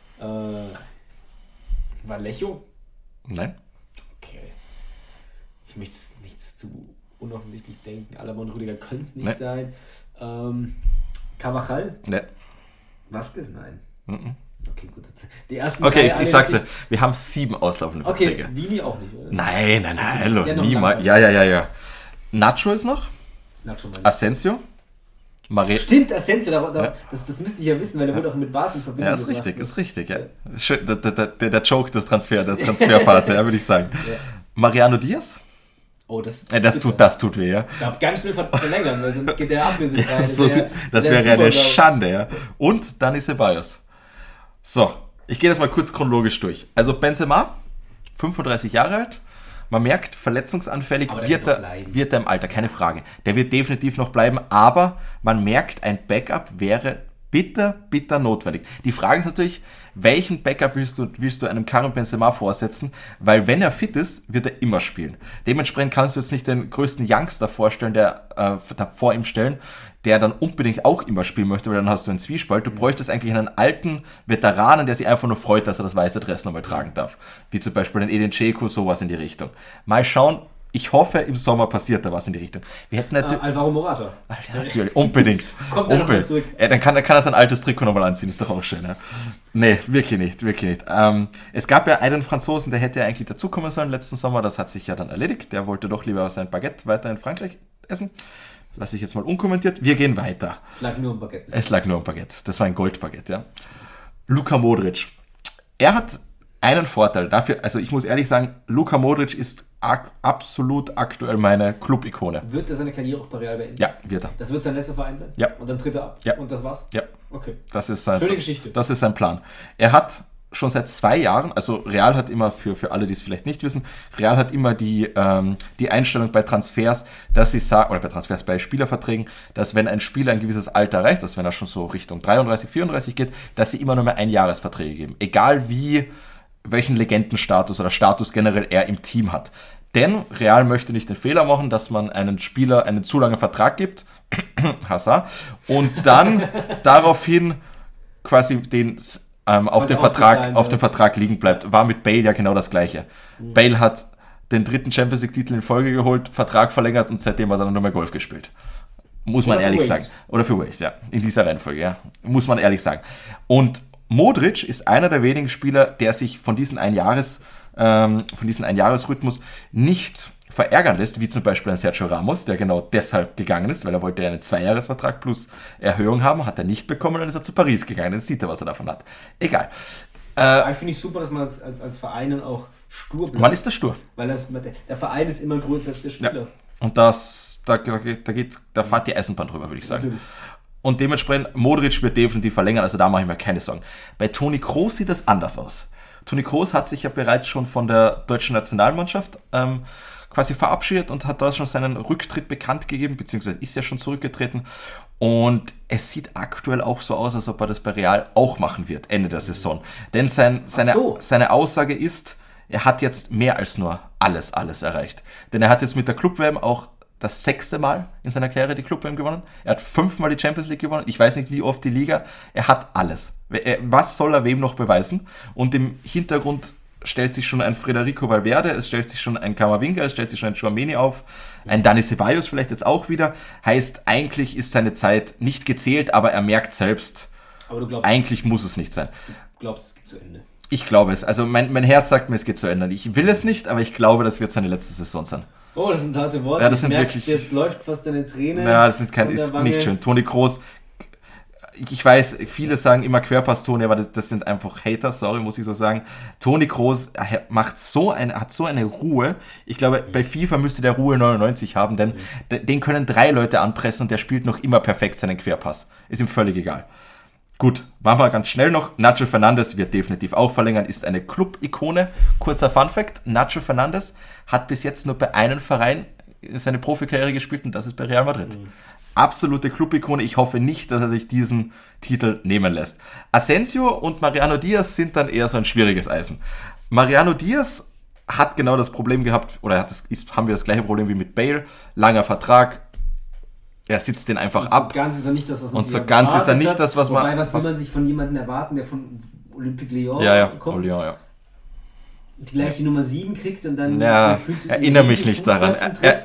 Vallejo? Nein. Okay. Ich möchte nicht zu unoffensichtlich denken. Alaba und Rüdiger können es nicht sein. Carvajal? Ne. Vasquez? Nein. Okay, gut. Die ersten ich sag's dir. Wir haben 7 auslaufende Verträge. Okay, Vini auch nicht, oder? Nein, hallo, niemals. Ja. Nacho ist noch. Asensio. Stimmt, Asensio, das müsste ich ja wissen, weil er wird auch mit Barca in Verbindung gebracht. Ja, ist richtig. Ja. Schön, der Joke der Transferphase, würde ich sagen. Ja. Mariano Diaz. Oh, das tut weh, ja. Ich glaube, ganz schnell verlängern, weil sonst geht der ablösefrei. Das wäre eine Schande, ja. Und Dani Ceballos. So, ich gehe das mal kurz chronologisch durch. Also Benzema, 35 Jahre alt. Man merkt, verletzungsanfällig wird er im Alter, keine Frage. Der wird definitiv noch bleiben, aber man merkt, ein Backup wäre bitter, bitter notwendig. Die Frage ist natürlich, welchen Backup willst du einem Karim Benzema vorsetzen? Weil wenn er fit ist, wird er immer spielen. Dementsprechend kannst du jetzt nicht den größten Youngster vorstellen, der vor ihm stellen, der dann unbedingt auch immer spielen möchte, weil dann hast du einen Zwiespalt. Du bräuchtest eigentlich einen alten Veteranen, der sich einfach nur freut, dass er das weiße Dress nochmal tragen darf. Wie zum Beispiel den Edin Dzeko, sowas in die Richtung. Mal schauen. Ich hoffe, im Sommer passiert da was in die Richtung. Wir hätten Alvaro Morata. Ja, natürlich, unbedingt. Kommt er nochmal zurück. Dann kann er sein altes Trikot nochmal anziehen, ist doch auch schön. Ja? Nee, wirklich nicht. Es gab ja einen Franzosen, der hätte ja eigentlich dazukommen sollen letzten Sommer, das hat sich ja dann erledigt. Der wollte doch lieber sein Baguette weiter in Frankreich essen. Lasse ich jetzt mal unkommentiert. Wir gehen weiter. Es lag nur um Baguette. Es lag nur um Baguette. Das war ein Goldbaguette, ja. Luka Modric. Er hat einen Vorteil dafür, also ich muss ehrlich sagen, Luka Modric ist absolut aktuell meine Club-Ikone. Wird er seine Karriere auch bei Real beenden? Ja, wird er. Das wird sein letzter Verein sein? Ja. Und dann tritt er ab? Ja. Und das war's? Ja. Okay. Schöne Geschichte. Das ist sein Plan. Er hat schon seit 2 Jahren, also Real hat immer, für alle, die es vielleicht nicht wissen, Real hat immer die Einstellung bei Transfers, dass sie sagen, oder bei Transfers bei Spielerverträgen, dass wenn ein Spieler ein gewisses Alter erreicht, dass wenn er schon so Richtung 33, 34 geht, dass sie immer nur mehr Einjahresverträge geben. Egal welchen Legendenstatus oder Status generell er im Team hat. Denn Real möchte nicht den Fehler machen, dass man einen Spieler einen zu langen Vertrag gibt, Hazard, und dann daraufhin quasi den auf dem Vertrag liegen bleibt. War mit Bale ja genau das Gleiche. Bale hat den 3. Champions League-Titel in Folge geholt, Vertrag verlängert und seitdem hat er dann nur mehr Golf gespielt. Muss man ehrlich sagen. Oder für Wales, ja. In dieser Reihenfolge, ja. Muss man ehrlich sagen. Und Modric ist einer der wenigen Spieler, der sich von diesem Einjahresrhythmus nicht verärgern lässt, wie zum Beispiel ein Sergio Ramos, der genau deshalb gegangen ist, weil er wollte einen 2-Jahres-Vertrag plus Erhöhung haben, hat er nicht bekommen und dann ist er zu Paris gegangen. Jetzt sieht er, was er davon hat. Egal. Finde ich super, dass man als Verein dann auch stur bleibt. Man ist da stur. Weil der Verein ist immer größer als der Spieler. Ja. Und da fährt die Eisenbahn drüber, würde ich sagen. Natürlich. Und dementsprechend, Modric wird definitiv verlängern, also da mache ich mir keine Sorgen. Bei Toni Kroos sieht das anders aus. Toni Kroos hat sich ja bereits schon von der deutschen Nationalmannschaft quasi verabschiedet und hat da schon seinen Rücktritt bekannt gegeben, beziehungsweise ist ja schon zurückgetreten. Und es sieht aktuell auch so aus, als ob er das bei Real auch machen wird, Ende der Saison. Denn seine Aussage ist, er hat jetzt mehr als nur alles erreicht. Denn er hat jetzt mit der Club-WM auch das 6. Mal in seiner Karriere die Club-WM gewonnen. Er hat 5-mal die Champions League gewonnen. Ich weiß nicht, wie oft die Liga. Er hat alles. Was soll er wem noch beweisen? Und im Hintergrund stellt sich schon ein Federico Valverde, es stellt sich schon ein Camavinga, es stellt sich schon ein Tchouaméni auf, ein Dani Ceballos vielleicht jetzt auch wieder. Heißt, eigentlich ist seine Zeit nicht gezählt, aber er merkt selbst, aber du glaubst, eigentlich muss es nicht sein. Du glaubst, es geht zu Ende? Ich glaube es. Also mein Herz sagt mir, es geht zu Ende. Ich will es nicht, aber ich glaube, das wird seine letzte Saison sein. Oh, das sind harte Worte. Ja, das sind wirklich. Dir läuft fast eine Träne. Ja, das ist nicht schön. Toni Kroos, ich weiß, viele sagen immer Querpass-Toni, aber das sind einfach Hater, sorry, muss ich so sagen. Toni Kroos hat so eine Ruhe. Ich glaube, bei FIFA müsste der Ruhe 99 haben, denn den können 3 Leute anpressen und der spielt noch immer perfekt seinen Querpass. Ist ihm völlig egal. Gut, machen wir ganz schnell noch. Nacho Fernandes wird definitiv auch verlängern, ist eine Club-Ikone. Kurzer Funfact, Nacho Fernandes hat bis jetzt nur bei einem Verein seine Profikarriere gespielt und das ist bei Real Madrid. Absolute Club-Ikone. Ich hoffe nicht, dass er sich diesen Titel nehmen lässt. Asensio und Mariano Diaz sind dann eher so ein schwieriges Eisen. Mariano Diaz hat genau das Problem gehabt, oder haben wir das gleiche Problem wie mit Bale. Langer Vertrag. Er sitzt den einfach ab. Und so ganz ist er nicht das, was man sich erwartet hat. Und so ganz ist er nicht das, was man... Wobei, was will man sich von jemandem erwarten, der von Olympique Lyon kommt? Lyon, ja. Und gleich die Nummer 7 kriegt und dann... Erinnere mich nicht daran.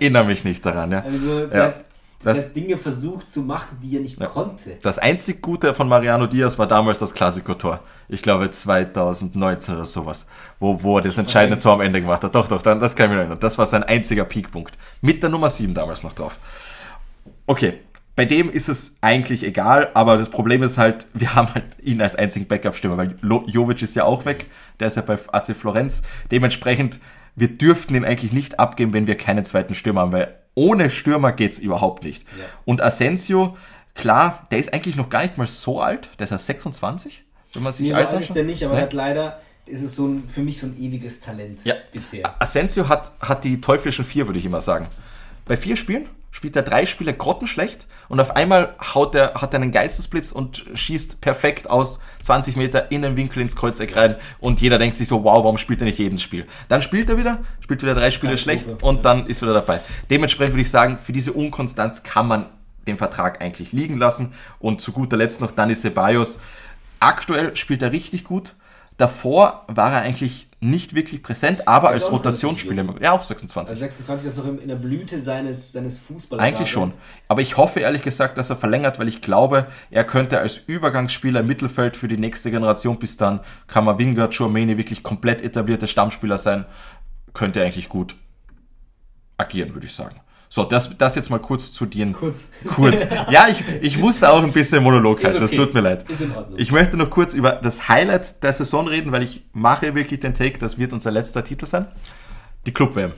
Ja. Also, der hat Dinge versucht zu machen, die er nicht konnte. Das einzig Gute von Mariano Diaz war damals das Klassiko-Tor. Ich glaube 2019 oder sowas. Wo er das entscheidende Tor am Ende gemacht hat. Doch, das kann ich mir erinnern. Das war sein einziger Peakpunkt. Mit der Nummer 7 damals noch drauf. Okay, bei dem ist es eigentlich egal, aber das Problem ist halt, wir haben halt ihn als einzigen Backup-Stürmer, weil Jovic ist ja auch weg, der ist ja bei AC Florenz. Dementsprechend, wir dürften ihn eigentlich nicht abgeben, wenn wir keinen zweiten Stürmer haben, weil ohne Stürmer geht es überhaupt nicht. Ja. Und Asensio, klar, der ist eigentlich noch gar nicht mal so alt, der ist ja 26, wenn man sich so alt ist der nicht, aber hat leider... ist es für mich so ein ewiges Talent bisher. Asensio hat die teuflischen 4, würde ich immer sagen. Bei 4 Spielen spielt er 3 Spiele grottenschlecht und auf einmal hat er einen Geistesblitz und schießt perfekt aus 20 Meter in den Winkel ins Kreuzeck rein und jeder denkt sich so, wow, warum spielt er nicht jedes Spiel? Dann spielt er wieder 3 Spiele schlecht und dann ist wieder dabei. Dementsprechend würde ich sagen, für diese Unkonstanz kann man den Vertrag eigentlich liegen lassen und zu guter Letzt noch Dani Ceballos. Aktuell spielt er richtig gut. Davor war er eigentlich nicht wirklich präsent, aber als Rotationsspieler. Ja, auf 26. Also 26 ist noch in der Blüte seines Fußballs. Eigentlich schon. Aber ich hoffe ehrlich gesagt, dass er verlängert, weil ich glaube, er könnte als Übergangsspieler im Mittelfeld für die nächste Generation, bis dann Camavinga, Tchouaméni wirklich komplett etablierte Stammspieler sein, könnte er eigentlich gut agieren, würde ich sagen. So, das jetzt mal kurz zu dir. Kurz. Ja, ich musste auch ein bisschen Monolog halten, das tut mir leid. Ist in Ordnung. Ich möchte noch kurz über das Highlight der Saison reden, weil ich mache wirklich den Take, das wird unser letzter Titel sein. Die Club-WM.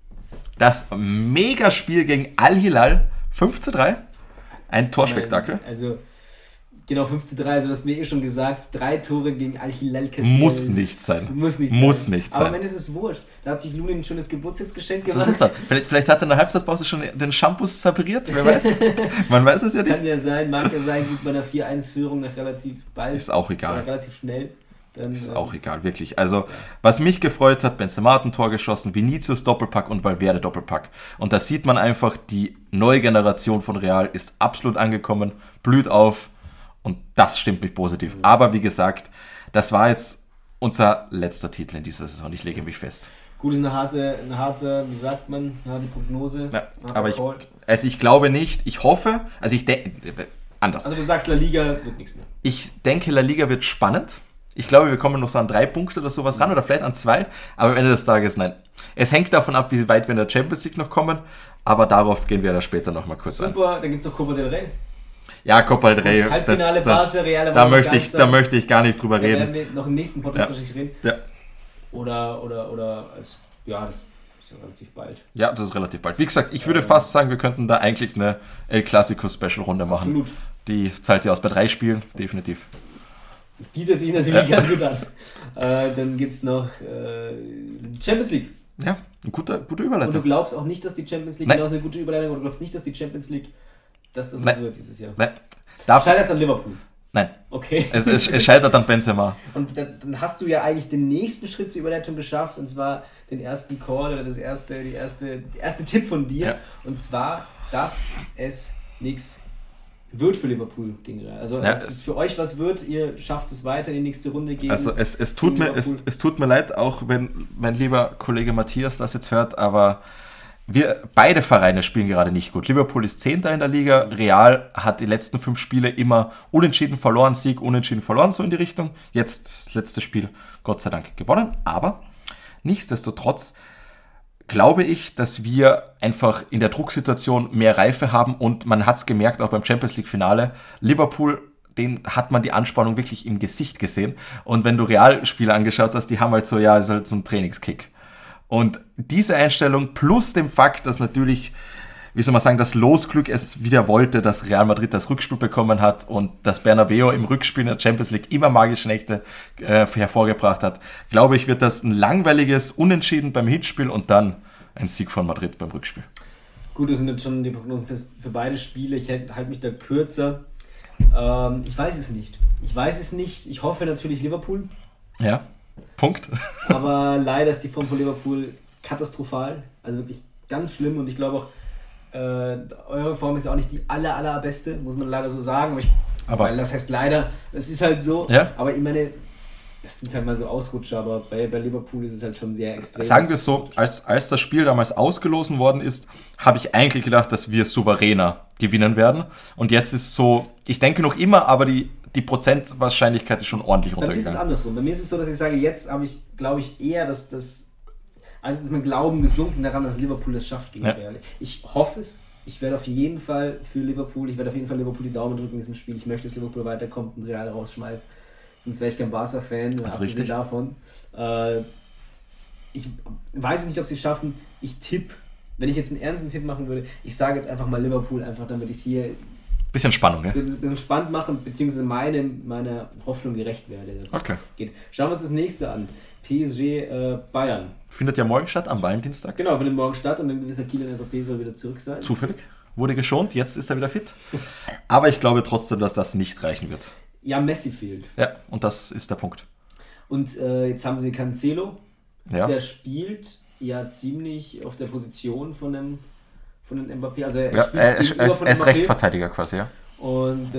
Das Megaspiel gegen Al-Hilal, 5:3. Ein Torspektakel. Also, genau, 5:3, also das mir schon gesagt, 3 Tore gegen Al-Hilal kassiert. Muss nicht sein. Aber am Ende ist es wurscht. Da hat sich Lunin ein schönes Geburtstagsgeschenk gemacht. So vielleicht hat er in der Halbzeitpause schon den Shampoo saperiert, wer weiß. Man weiß es ja nicht. Kann ja sein, mag ja sein, gut bei einer 4-1-Führung nach relativ bald. Ist auch egal. Relativ schnell. Dann, ist auch egal, wirklich. Also, was mich gefreut hat, Benzema hat ein Tor geschossen, Vinicius Doppelpack und Valverde Doppelpack. Und da sieht man einfach, die neue Generation von Real ist absolut angekommen, blüht auf. Und das stimmt mich positiv. Aber wie gesagt, das war jetzt unser letzter Titel in dieser Saison. Ich lege mich fest. Gut, ist eine harte, wie sagt man, eine harte Prognose. Ja, aber ich glaube nicht, ich hoffe, also ich denke, anders. Also du sagst, La Liga wird nichts mehr. Ich denke, La Liga wird spannend. Ich glaube, wir kommen noch so an 3 Punkte oder sowas ran oder vielleicht an 2. Aber am Ende des Tages, nein. Es hängt davon ab, wie weit wir in der Champions League noch kommen. Aber darauf gehen wir da später nochmal kurz ein. Super, dann gibt es noch Copa del Rey. Ja, Copa del Rey, Halbfinale Barca, Real, da möchte ich gar nicht drüber reden. Da werden wir noch im nächsten Podcast wahrscheinlich reden. Ja. Oder das ist ja relativ bald. Ja, das ist relativ bald. Wie gesagt, ich würde fast sagen, wir könnten da eigentlich eine El Clasico Special Runde machen. Absolut. Die zahlt sich aus bei 3 Spielen, definitiv. Bietet sich natürlich ganz gut an. Dann gibt es noch Champions League. Ja, eine gute Überleitung. Und du glaubst auch nicht, dass die Champions League genauso eine gute Überleitung, oder du glaubst nicht, dass die Champions League das was wird dieses Jahr? Nein. Scheitert es an Liverpool? Nein. Okay. Es scheitert an Benzema. Und dann hast du ja eigentlich den nächsten Schritt zur Überleitung geschafft, und zwar den ersten Call oder der erste Tipp von dir. Ja. Und zwar, dass es nichts wird für Liverpool gegen Real. Also es ist für euch was wird, ihr schafft es weiter in die nächste Runde gegen. Also es tut mir leid, auch wenn mein lieber Kollege Matthias das jetzt hört, aber beide Vereine spielen gerade nicht gut. Liverpool ist 10. in der Liga, Real hat die letzten 5 Spiele immer unentschieden verloren, Sieg, unentschieden verloren, so in die Richtung. Jetzt das letzte Spiel, Gott sei Dank, gewonnen. Aber nichtsdestotrotz glaube ich, dass wir einfach in der Drucksituation mehr Reife haben und man hat es gemerkt, auch beim Champions-League-Finale, Liverpool, den hat man die Anspannung wirklich im Gesicht gesehen. Und wenn du Real-Spiele angeschaut hast, die haben halt so, ja, ist halt so ein Trainingskick. Und diese Einstellung plus dem Fakt, dass natürlich, wie soll man sagen, das Losglück es wieder wollte, dass Real Madrid das Rückspiel bekommen hat und dass Bernabeu im Rückspiel in der Champions League immer magische Nächte hervorgebracht hat, glaube ich, wird das ein langweiliges Unentschieden beim Hinspiel und dann ein Sieg von Madrid beim Rückspiel. Gut, das sind jetzt schon die Prognosen für beide Spiele. Ich halte mich da kürzer. Ich weiß es nicht. Ich hoffe natürlich Liverpool. Ja. Punkt. Aber leider ist die Form von Liverpool katastrophal. Also wirklich ganz schlimm. Und ich glaube auch, eure Form ist ja auch nicht die allerbeste, muss man leider so sagen. Weil das heißt leider, das ist halt so. Ja. Aber ich meine, das sind halt mal so Ausrutscher. Aber bei Liverpool ist es halt schon sehr extrem. Sagen wir es so, als das Spiel damals ausgelosen worden ist, habe ich eigentlich gedacht, dass wir souveräner gewinnen werden. Und jetzt ist so, ich denke noch immer, aber die Prozentwahrscheinlichkeit ist schon ordentlich runtergegangen. Bei mir ist es andersrum. Bei mir ist es so, dass ich sage, jetzt habe ich, glaube ich, eher also ist mein Glauben gesunken daran, dass Liverpool das schafft gegen Real. Ich hoffe es. Ich werde auf jeden Fall für Liverpool, Liverpool die Daumen drücken in diesem Spiel. Ich möchte, dass Liverpool weiterkommt und Real rausschmeißt. Sonst wäre ich kein Barca-Fan. Das ist richtig. Davon. Ich weiß nicht, ob sie es schaffen. Ich tippe, wenn ich jetzt einen ernsten Tipp machen würde, ich sage jetzt einfach mal Liverpool, einfach damit ich es hier bisschen Spannung, ja? Ein bisschen spannend machen, beziehungsweise meiner Hoffnung gerecht werde, dass es geht. Schauen wir uns das nächste an. PSG Bayern. Findet ja morgen statt, am Valentinstag. Genau, findet morgen statt und ein gewisser Kylian Mbappé soll wieder zurück sein. Zufällig? wurde geschont, jetzt ist er wieder fit. Aber ich glaube trotzdem, dass das nicht reichen wird. Ja, Messi fehlt. Ja, und das ist der Punkt. Und jetzt haben sie Cancelo, Ja. der spielt ja ziemlich auf der Position von dem Mbappé. Also er Ja, spielt er gegenüber von ist Mbappé. Rechtsverteidiger quasi, ja. Und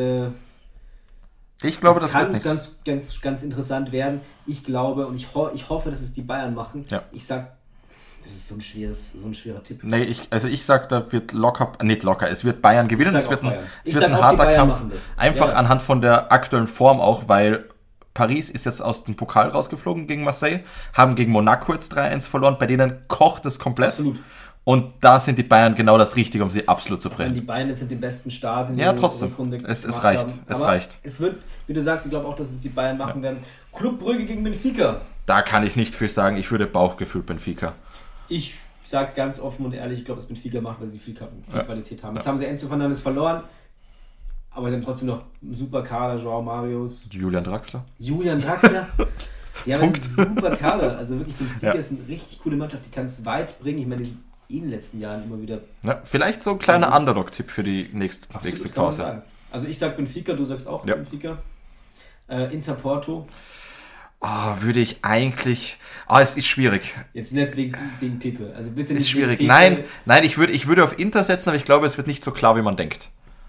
Ich glaube, das wird kann nichts. ganz interessant werden. Ich glaube und ich hoffe, dass es die Bayern machen. Ja. Ich sag, das ist so ein schwerer Tipp. Nee, ich sag, da wird nicht locker, es wird Bayern gewinnen, Ich sag es wird auch Bayern. ein Ich sag auch, die harter Bayern Kampf, machen das. einfach Ja. anhand von der aktuellen Form auch, weil Paris ist jetzt aus dem Pokal rausgeflogen gegen Marseille, haben gegen Monaco jetzt 3-1 verloren, bei denen kocht es komplett. Absolut. Und da sind die Bayern genau das Richtige, um sie absolut zu Wenn brechen. die Bayern jetzt den besten Start in Ja, der trotzdem. Rückrunde Es gemacht reicht. haben. Es Aber reicht. Es wird, wie du sagst, ich glaube auch, dass es die Bayern machen werden. Club Brügge gegen Benfica. Da kann ich nicht viel sagen, ich würde Bauchgefühl Benfica. Ich sage ganz offen und ehrlich, ich glaube, dass Benfica macht, weil sie viel Qualität haben. Jetzt Ja. haben sie Enzo Fernandes verloren, aber sie haben trotzdem noch einen super Kader, Joao Marius, Julian Draxler. Julian Draxler. Die haben einen Punkt. super Kader. Also wirklich, Benfica Ja. ist eine richtig coole Mannschaft, die kann es weit bringen. Ich meine, die sind in den letzten Jahren immer wieder Ja, vielleicht so ein kleiner Sehr gut. Underdog-Tipp für die nächste kann man Phase. sagen. Also ich sag Benfica, du sagst auch Ja. Benfica. Inter Porto. Würde ich eigentlich... es ist schwierig. Jetzt nicht wegen Pepe. Also bitte nicht Ist schwierig. wegen Pepe. Nein, ich würde auf Inter setzen, aber ich glaube, es wird nicht so klar, wie man denkt.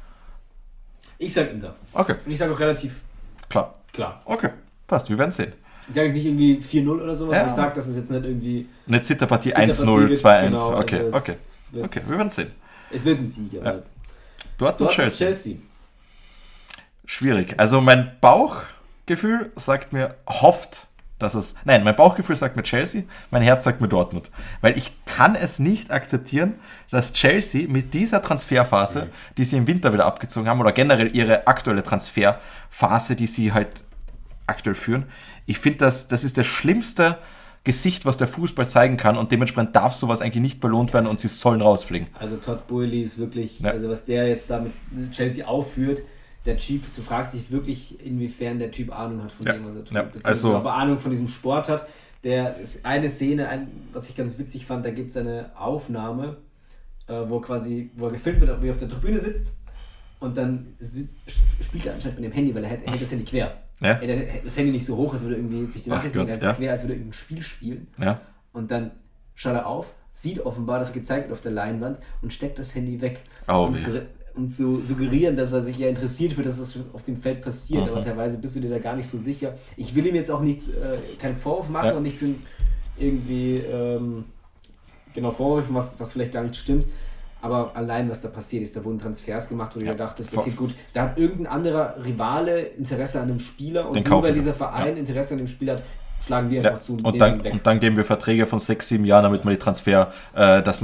Ich sag Inter. Okay, Und ich sage auch relativ klar. klar. Okay, passt, wir werden sehen. Ich sage nicht irgendwie 4-0 oder sowas, Ja. aber ich sage, dass es jetzt nicht irgendwie Eine Zitterpartie Zitterpartie 1-0, wird. 2-1. Genau, Okay, also okay. es wird- Okay, wir werden sehen. Es wird ein Sieg, aber Ja. jetzt. Dortmund, Chelsea. Chelsea. Schwierig. Also mein Bauchgefühl sagt mir, mein Bauchgefühl sagt mir Chelsea, mein Herz sagt mir Dortmund. Weil ich kann es nicht akzeptieren, dass Chelsea mit dieser Transferphase, die sie im Winter wieder abgezogen haben, oder generell ihre aktuelle Transferphase, die sie halt aktuell führen, ich finde, das ist das schlimmste Gesicht, was der Fußball zeigen kann, und dementsprechend darf sowas eigentlich nicht belohnt werden und sie sollen rausfliegen. Also Todd Boehly ist wirklich, Ja. also was der jetzt da mit Chelsea aufführt, der Typ, du fragst dich wirklich, inwiefern der Typ Ahnung hat von Ja. dem, was er tut. Ja, Beziehungsweise also- ob er Ahnung von diesem Sport hat. Der ist eine Szene, was ich ganz witzig fand, da gibt es eine Aufnahme, wo er gefilmt wird, wie er auf der Tribüne sitzt, und dann spielt er anscheinend mit dem Handy, weil er hält das Handy quer. Ja. Er hält das Handy nicht so hoch, als würde er irgendwie durch die Ach Nachrichten Gott, gehen, er hält es ja. quer, als würde er irgendein Spiel spielen. Ja. Und dann schaut er auf, sieht offenbar, dass er gezeigt wird auf der Leinwand und steckt das Handy weg. Oh, Um zu suggerieren, dass er sich ja interessiert für das, was auf dem Feld passiert. Aber teilweise bist du dir da gar nicht so sicher. Ich will ihm jetzt auch keinen Vorwurf machen und nichts irgendwie vorwerfen, was vielleicht gar nicht stimmt. Aber allein, was da passiert ist, da wurden Transfers gemacht, wo du dir dachtest, okay, gut, da hat irgendein anderer Rivale Interesse an dem Spieler, und Den nur kaufen weil wir. dieser Verein Interesse an dem Spieler hat, schlagen wir Ja. einfach zu Und nehmen dann, ihn weg. und dann geben wir Verträge von 6-7 Jahren, damit man die das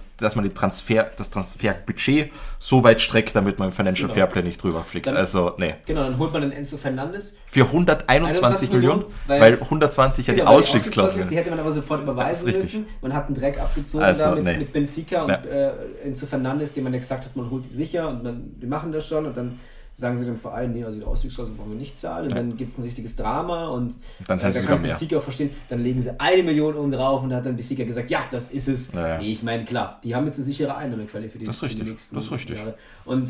Transferbudget so weit streckt, damit man im Financial Genau. Fairplay nicht drüber fliegt. Dann- Also, nee. Genau, dann holt man den Enzo Fernandes. Für 121 Millionen, weil- weil 120 ja die Genau, weil Ausstiegsklausel ist, die sind. hätte man aber sofort Das überweisen ist richtig. müssen. Man hat einen Dreck abgezogen Also, da nee. mit Benfica und Ja. Enzo Fernandes, dem man ja gesagt hat, man holt die sicher und wir machen das schon, und dann sagen sie dem Verein, nee, also die Ausstiegsklausel wollen wir nicht zahlen, und dann gibt es ein richtiges Drama, und Dann da heißt es kann sogar mehr. Benfica auch verstehen, dann legen sie 1 Million oben drauf, und da hat dann Benfica gesagt, ja, das ist es. Ja. Nee, ich meine, klar, die haben jetzt eine sichere Einnahmequelle für die, Das ist für die richtig, nächsten das ist richtig. Jahre. Und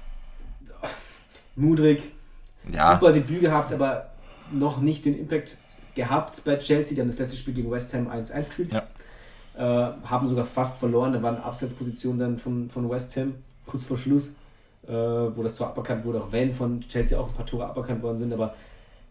Mudryk, Ja. super Debüt gehabt, aber noch nicht den Impact gehabt bei Chelsea. Die haben das letzte Spiel gegen West Ham 1-1 gespielt. Ja. Haben sogar fast verloren. Da war eine Abseitsposition dann von West Ham, kurz vor Schluss, wo das Tor aberkannt wurde, auch wenn von Chelsea auch ein paar Tore aberkannt worden sind. Aber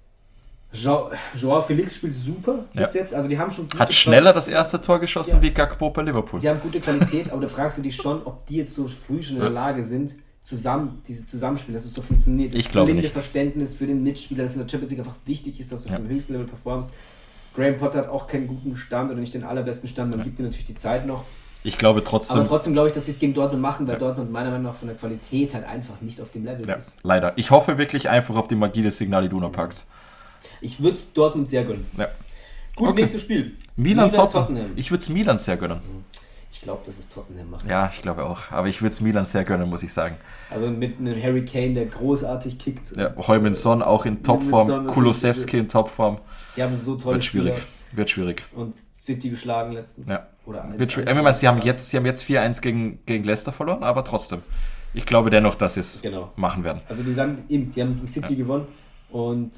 Joao Felix spielt super bis jetzt. Also die haben schon Hat schneller das erste Tor geschossen Ja. wie Gakpo bei Liverpool. Die haben gute Qualität, aber da fragst du dich schon, ob die jetzt so früh schon in der Lage sind, dieses Zusammenspiel, dass es so funktioniert. Das Ich glaube blinde nicht. Verständnis für den Mitspieler, dass in der Champions League einfach wichtig ist, dass du auf dem höchsten Level performst. Graham Potter hat auch keinen guten Stand oder nicht den allerbesten Stand, man gibt ihm natürlich die Zeit noch. Ich glaube Aber trotzdem, trotzdem glaube ich, dass sie es gegen Dortmund machen, weil Dortmund meiner Meinung nach von der Qualität halt einfach nicht auf dem Level ja, ist. leider. Ich hoffe wirklich einfach auf die Magie des Signal Iduna Parks. Ich würde es Dortmund sehr gönnen. Ja. Gut, Okay. nächstes Spiel. Milan-Tottenham. Ich würde es Milan sehr gönnen. Ich glaube, dass es Tottenham macht. Ja, ich glaube auch. Aber ich würde es Milan sehr gönnen, muss ich sagen. Also mit einem Harry Kane, der großartig kickt. Ja, Heung-min Son auch in Topform, Son, Kulusewski in Topform. Die haben so tolle Wird schwierig. Spieler. Wird schwierig. Und City geschlagen letztens. Ja. Oder Wird schwierig. Ich meine, sie haben jetzt 4-1 gegen Leicester verloren, aber trotzdem. Ich glaube dennoch, dass sie es machen werden. Also die haben gegen City gewonnen und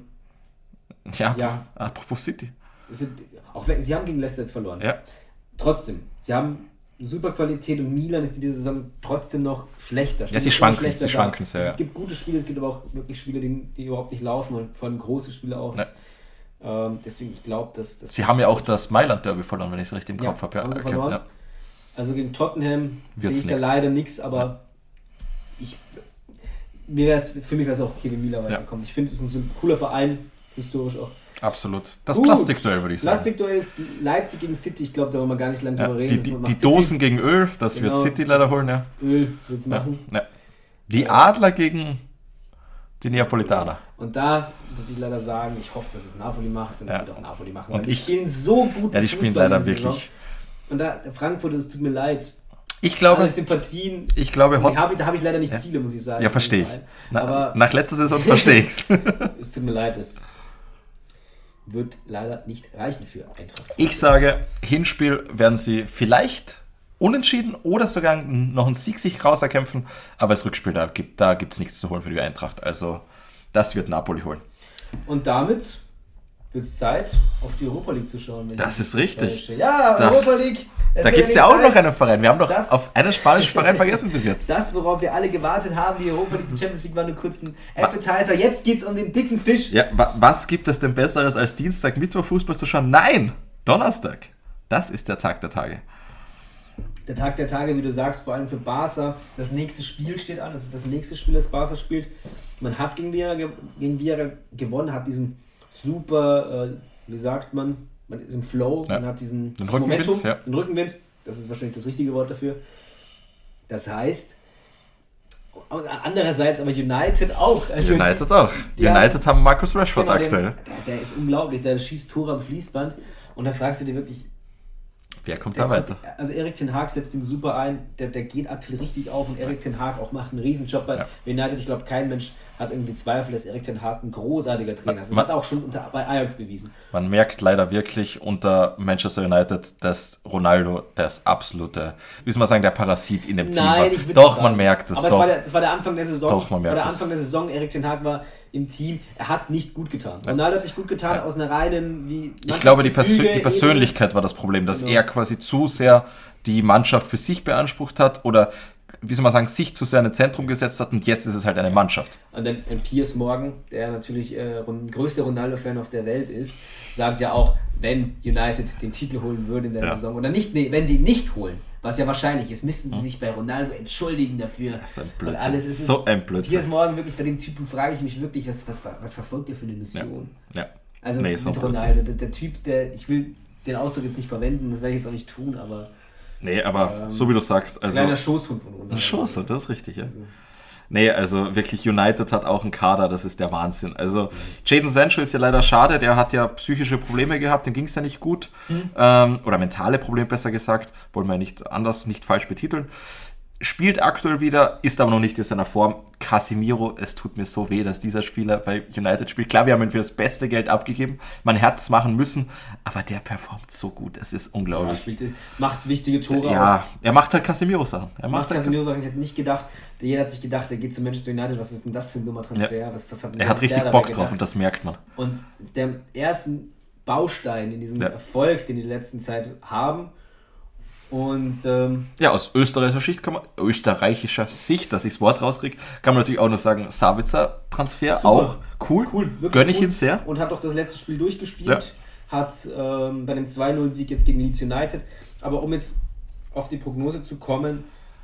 apropos City. Sie haben gegen Leicester jetzt verloren. Ja. Trotzdem, sie haben super Qualität und Milan ist diese Saison trotzdem noch schlechter. Ja, sie schwanken sehr. Es gibt gute Spiele, es gibt aber auch wirklich Spiele, die überhaupt nicht laufen und vor allem große Spiele auch. Ja. Deswegen, ich glaube, dass sie haben ja auch das Mailand-Derby verloren, wenn ich es richtig im Kopf habe. Ja, haben sie verloren. Ja. Also gegen Tottenham sehe ich da leider nichts, aber für mich wäre es auch okay, wenn Milan weiterkommt. Ich finde, es ist ein cooler Verein, historisch auch. Absolut. Das Plastikduell, würde ich sagen. Plastikduell ist Leipzig gegen City. Ich glaube, da wollen wir gar nicht lange drüber reden. Die Dosen gegen Öl, das wird City leider holen. Ja. Öl wird es machen. Ja. Die Adler gegen die Neapolitaner. Und da muss ich leider sagen, ich hoffe, dass es Napoli macht. Und es wird auch Napoli machen. Und die spielen so gut. Ja, die spielen leider wirklich. Und da Frankfurt, es tut mir leid. Ich glaube, alle Sympathien. Da habe ich leider nicht viele, muss ich sagen. Ja, verstehe ich. Aber nach letzter Saison verstehe ich es. Es tut mir leid, es wird leider nicht reichen für Eintracht. Ich sage, Hinspiel werden sie vielleicht unentschieden oder sogar noch einen Sieg sich rauserkämpfen, aber das Rückspiel, da gibt es nichts zu holen für die Eintracht. Also das wird Napoli holen. Und damit wird es Zeit, auf die Europa League zu schauen. Das ist richtig. Ja, Europa League. Da gibt es ja auch noch einen Verein. Wir haben doch auf einen spanischen Verein vergessen bis jetzt. Das, worauf wir alle gewartet haben, die Europa League, die Champions League war nur kurz ein Appetizer. Jetzt geht es um den dicken Fisch. Ja, was gibt es denn Besseres als Dienstag, Mittwoch Fußball zu schauen? Nein, Donnerstag. Das ist der Tag der Tage. Der Tag der Tage, wie du sagst, vor allem für Barca. Das nächste Spiel steht an. Das ist das nächste Spiel, das Barca spielt. Man hat gegen Villarreal gewonnen, hat diesen super, wie sagt man ist im Flow, man hat diesen Momentum, den Rückenwind, das ist wahrscheinlich das richtige Wort dafür. Das heißt, andererseits aber United auch. Also United auch. United haben Marcus Rashford aktuell. Der ist unglaublich, der schießt Tore am Fließband und da fragst du dir wirklich, wer kommt da weiter? Also Erik ten Hag setzt ihn super ein, der geht aktuell richtig auf und Erik ten Hag auch macht einen Riesenjob bei United. Ich glaube, kein Mensch hat irgendwie Zweifel, dass Erik ten Hag ein großartiger Trainer ist. Das hat er auch schon bei Ajax bewiesen. Man merkt leider wirklich unter Manchester United, dass Ronaldo das absolute, wie soll man sagen, der Parasit in dem Team war. Doch, man merkt es. Aber das war der Anfang der Saison. Doch, man merkt es. Anfang der Saison, Erik ten Hag war im Team, er hat nicht gut getan. Ronaldo hat nicht gut getan, aus einer reinen, wie ich glaube, die Persönlichkeit war das Problem, dass er quasi zu sehr die Mannschaft für sich beansprucht hat oder, wie soll man sagen, sich zu sehr in ein Zentrum gesetzt hat und jetzt ist es halt eine Mannschaft. Und dann Piers Morgan, der natürlich größter Ronaldo-Fan auf der Welt ist, sagt ja auch, wenn United den Titel holen würde in der Saison oder nicht, wenn sie ihn nicht holen, was ja wahrscheinlich ist, müssten sie sich bei Ronaldo entschuldigen dafür. Das ist ein Blödsinn. Ein Blödsinn. Piers Morgan, wirklich, bei dem Typen frage ich mich wirklich, was verfolgt er für eine Mission? Ja. Also mit Ronaldo, der Typ, ich will den Ausdruck jetzt nicht verwenden, das werde ich jetzt auch nicht tun, aber... Nee, aber so wie du sagst... Also, kleiner Schoßhund von Ronaldo. Ein Schoßhund, das ist richtig, ja. Nee, also wirklich, United hat auch einen Kader, das ist der Wahnsinn. Also Jadon Sancho ist ja leider schade, der hat ja psychische Probleme gehabt, dem ging es ja nicht gut. Oder mentale Probleme, besser gesagt. Wollen wir nicht falsch betiteln. Spielt aktuell wieder, ist aber noch nicht in seiner Form. Casemiro, es tut mir so weh, dass dieser Spieler bei United spielt. Klar, wir haben ihn für das beste Geld abgegeben. Man hat es machen müssen, aber der performt so gut. Es ist unglaublich. Ja, macht wichtige Tore. Ja, er macht halt Casemiro-Sachen. Ich hätte nicht gedacht, jeder hat sich gedacht, er geht zu Manchester United, was ist denn das für ein dummer Transfer? Ja. Er hat richtig Bock drauf und das merkt man. Und der ersten Baustein in diesem Erfolg, den die letzten Zeit haben. Und aus österreichischer Sicht, dass ich das Wort rauskriege, kann man natürlich auch noch sagen, Sabitzer-Transfer, super. Auch cool, gönne ich ihm sehr. Und hat auch das letzte Spiel durchgespielt, hat bei dem 2-0-Sieg jetzt gegen Leeds United, aber um jetzt auf die Prognose zu kommen,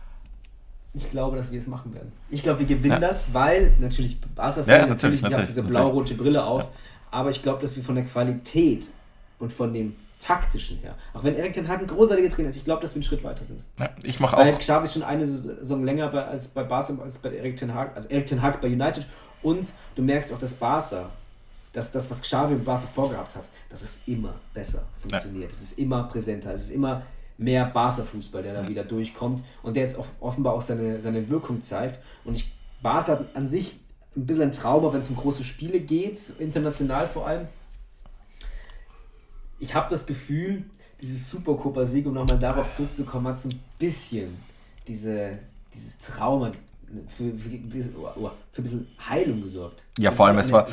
ich glaube, dass wir es machen werden. Ich glaube, wir gewinnen das, weil natürlich Barca-Fan, natürlich ich habe diese blau-rote Brille auf, aber ich glaube, dass wir von der Qualität und von dem Taktischen her, auch wenn Erik ten Hag ein großartiger Trainer ist, ich glaube, dass wir einen Schritt weiter sind. Ja, ich mache auch. Weil Xavi ist schon eine Saison länger als bei Barca, als bei Erik ten Hag, also Erik ten Hag bei United, und du merkst auch, dass Barca, dass das, was Xavi mit Barca vorgehabt hat, dass es immer besser funktioniert. Es ist immer präsenter, es ist immer mehr Barca-Fußball, der da wieder durchkommt und der jetzt offenbar auch seine Wirkung zeigt. Und Barca hat an sich ein bisschen ein Trauma, wenn es um große Spiele geht, international vor allem. ich habe das Gefühl, dieses Supercopa-Sieg, um nochmal darauf zurückzukommen, hat so ein bisschen dieses Trauma für ein bisschen Heilung gesorgt. Ja, vor allem es war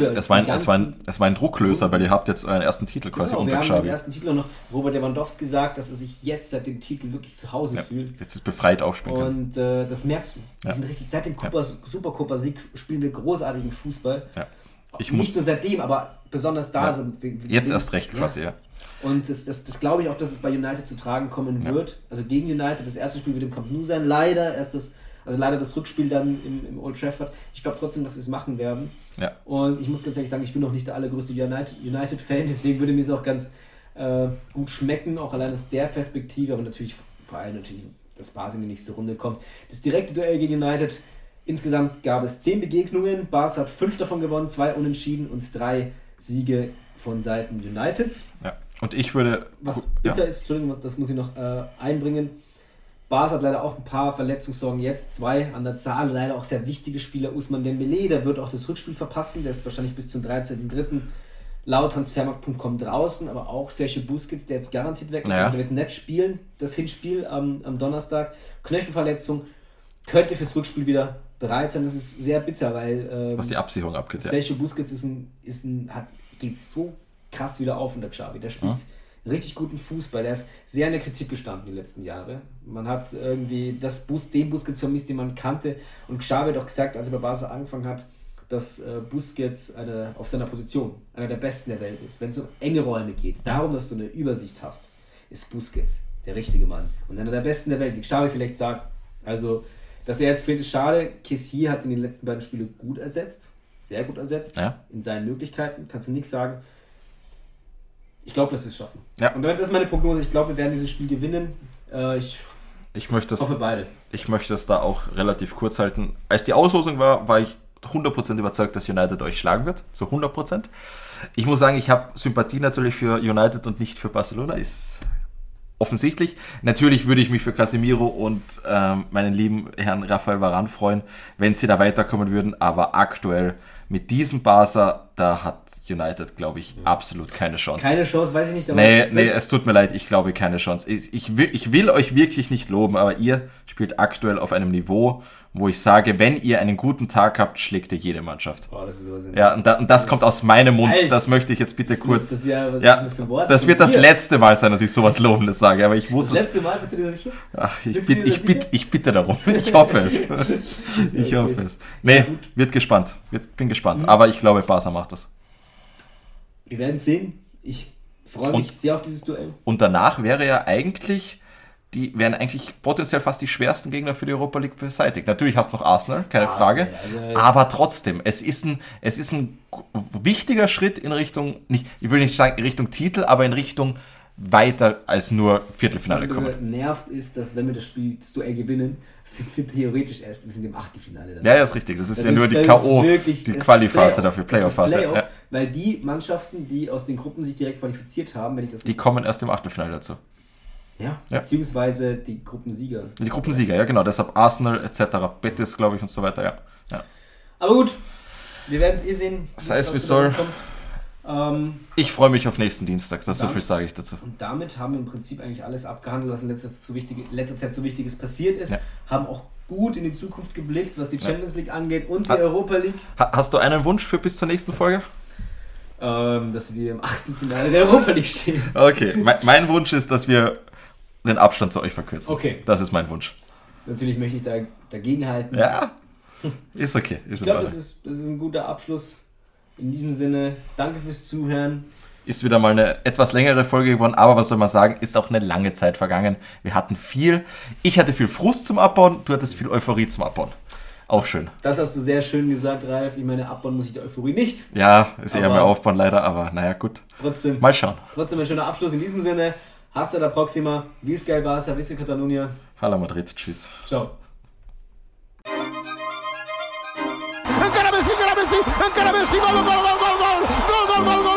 ein Drucklöser, weil ihr habt jetzt euren ersten Titel quasi unter Xavi. Wir haben den ersten Titel noch Robert Lewandowski gesagt, dass er sich jetzt seit dem Titel wirklich zu Hause fühlt. Jetzt ist befreit aufspielen können. Und das merkst du. Die sind richtig, seit dem Supercopa-Sieg spielen wir großartigen Fußball. Ja. Nicht nur seitdem, aber besonders da. Ja. Jetzt erst recht quasi, ja. Und das glaube ich auch, dass es bei United zu tragen kommen wird. Also gegen United, das erste Spiel wird im Camp Nou sein. Leider das Rückspiel dann im Old Trafford. Ich glaube trotzdem, dass wir es machen werden. Ja. Und ich muss ganz ehrlich sagen, ich bin noch nicht der allergrößte United-Fan, deswegen würde mir es auch ganz gut schmecken, auch allein aus der Perspektive, aber natürlich vor allem dass Barca in die nächste Runde kommt. Das direkte Duell gegen United, insgesamt gab es 10 Begegnungen, Barca hat 5 davon gewonnen, 2 Unentschieden und 3 Siege von Seiten Uniteds. Ja. Und ich würde... Was bitter ist, Entschuldigung, das muss ich noch einbringen, Barca hat leider auch ein paar Verletzungssorgen jetzt, 2 an der Zahl, leider auch sehr wichtige Spieler. Ousmane Dembélé, der wird auch das Rückspiel verpassen, der ist wahrscheinlich bis zum 13.3. laut Transfermarkt.com draußen, aber auch Sergio Busquets, der jetzt garantiert weg ist, also der wird nicht spielen, das Hinspiel am Donnerstag. Knöchelverletzung, könnte fürs Rückspiel wieder bereit sein, das ist sehr bitter, weil was die Absicherung abgeht. Sergio Busquets geht so krass wieder auf unter Xavi, der spielt richtig guten Fußball. Der ist sehr in der Kritik gestanden die letzten Jahre. Man hat irgendwie den Busquets vermisst, den man kannte. Und Xavi hat auch gesagt, als er bei Barca angefangen hat, dass Busquets auf seiner Position einer der Besten der Welt ist. Wenn es um enge Räume geht, darum, dass du eine Übersicht hast, ist Busquets der richtige Mann. Und einer der Besten der Welt, wie Xavi vielleicht sagt. Also, dass er jetzt fehlt, ist schade. Kessie hat in den letzten beiden Spielen gut ersetzt. Sehr gut ersetzt. Ja. In seinen Möglichkeiten. Kannst du nichts sagen. Ich glaube, dass wir es schaffen. Ja. Und das ist meine Prognose. Ich glaube, wir werden dieses Spiel gewinnen. Ich hoffe beide. Ich möchte es da auch relativ kurz halten. Als die Auslosung war ich 100% überzeugt, dass United euch schlagen wird. So 100%. Ich muss sagen, ich habe Sympathie natürlich für United und nicht für Barcelona. Ist offensichtlich. Natürlich würde ich mich für Casemiro und meinen lieben Herrn Rafael Varane freuen, wenn sie da weiterkommen würden. Aber aktuell mit diesem Barca, da hat United, glaube ich, absolut keine Chance. Keine Chance, weiß ich nicht. Aber es tut mir leid, ich glaube keine Chance. Ich will euch wirklich nicht loben, aber ihr spielt aktuell auf einem Niveau, wo ich sage, wenn ihr einen guten Tag habt, schlägt ihr jede Mannschaft. Boah, das ist sowas. Ja, und das kommt aus meinem Mund, das möchte ich jetzt bitte kurz... Was ist das für Worte? Das wird das letzte Mal sein, dass ich sowas Lobendes sage, aber ich muss das letzte Mal, bist du dir sicher? Ach, ich bitte darum. Ich hoffe es. Ich hoffe es. Nee, bin gespannt. Aber ich glaube, Barca macht das. Wir werden es sehen. Ich freue mich sehr auf dieses Duell. Und danach wären eigentlich potenziell fast die schwersten Gegner für die Europa League beseitigt. Natürlich hast du noch Arsenal, keine Frage. Also, aber trotzdem, es ist ein wichtiger Schritt in Richtung, ich will nicht sagen in Richtung Titel, aber in Richtung weiter als nur Viertelfinale kommen. Was nervt ist, dass wenn wir das Duell gewinnen, sind wir theoretisch wir sind im Achtelfinale dann. Ja, ist richtig. Das ist ja nur die K.O., die Quali-Phase dafür, Playoff-Phase. Playoff, weil die Mannschaften, die aus den Gruppen sich direkt qualifiziert haben, die kommen erst im Achtelfinale dazu. Ja, beziehungsweise die Gruppensieger. Die Gruppensieger, ja genau. Deshalb Arsenal etc., Betis, glaube ich, und so weiter, ja. Aber gut, wir werden es sehen. Sei es wie es soll. Ich freue mich auf nächsten Dienstag, so viel sage ich dazu. Und damit haben wir im Prinzip eigentlich alles abgehandelt, was in letzter Zeit so Wichtiges passiert ist. Ja. Haben auch gut in die Zukunft geblickt, was die Champions League angeht und die Europa League. Hast du einen Wunsch für bis zur nächsten Folge? Dass wir im Achtelfinale der Europa League stehen. Okay, mein Wunsch ist, dass wir den Abstand zu euch verkürzen. Okay. Das ist mein Wunsch. Natürlich möchte ich dagegen halten. Ja, ist okay. Ich glaube, das ist ein guter Abschluss. In diesem Sinne, danke fürs Zuhören. Ist wieder mal eine etwas längere Folge geworden, aber was soll man sagen, ist auch eine lange Zeit vergangen. Wir hatten ich hatte viel Frust zum Abbauen, du hattest viel Euphorie zum Abbauen. Auch schön. Das hast du sehr schön gesagt, Ralf. Ich meine, abbauen muss ich der Euphorie nicht. Ja, ist eher mehr Aufbauen leider, aber naja, gut. Trotzdem. Mal schauen. Trotzdem ein schöner Abschluss. In diesem Sinne, hasta la próxima. Vis geil Barça, vis Catalunya. Hala Madrid, tschüss. Ciao. Encara Messi, gol, gol, gol, gol, gol, gol, gol, gol, gol, gol.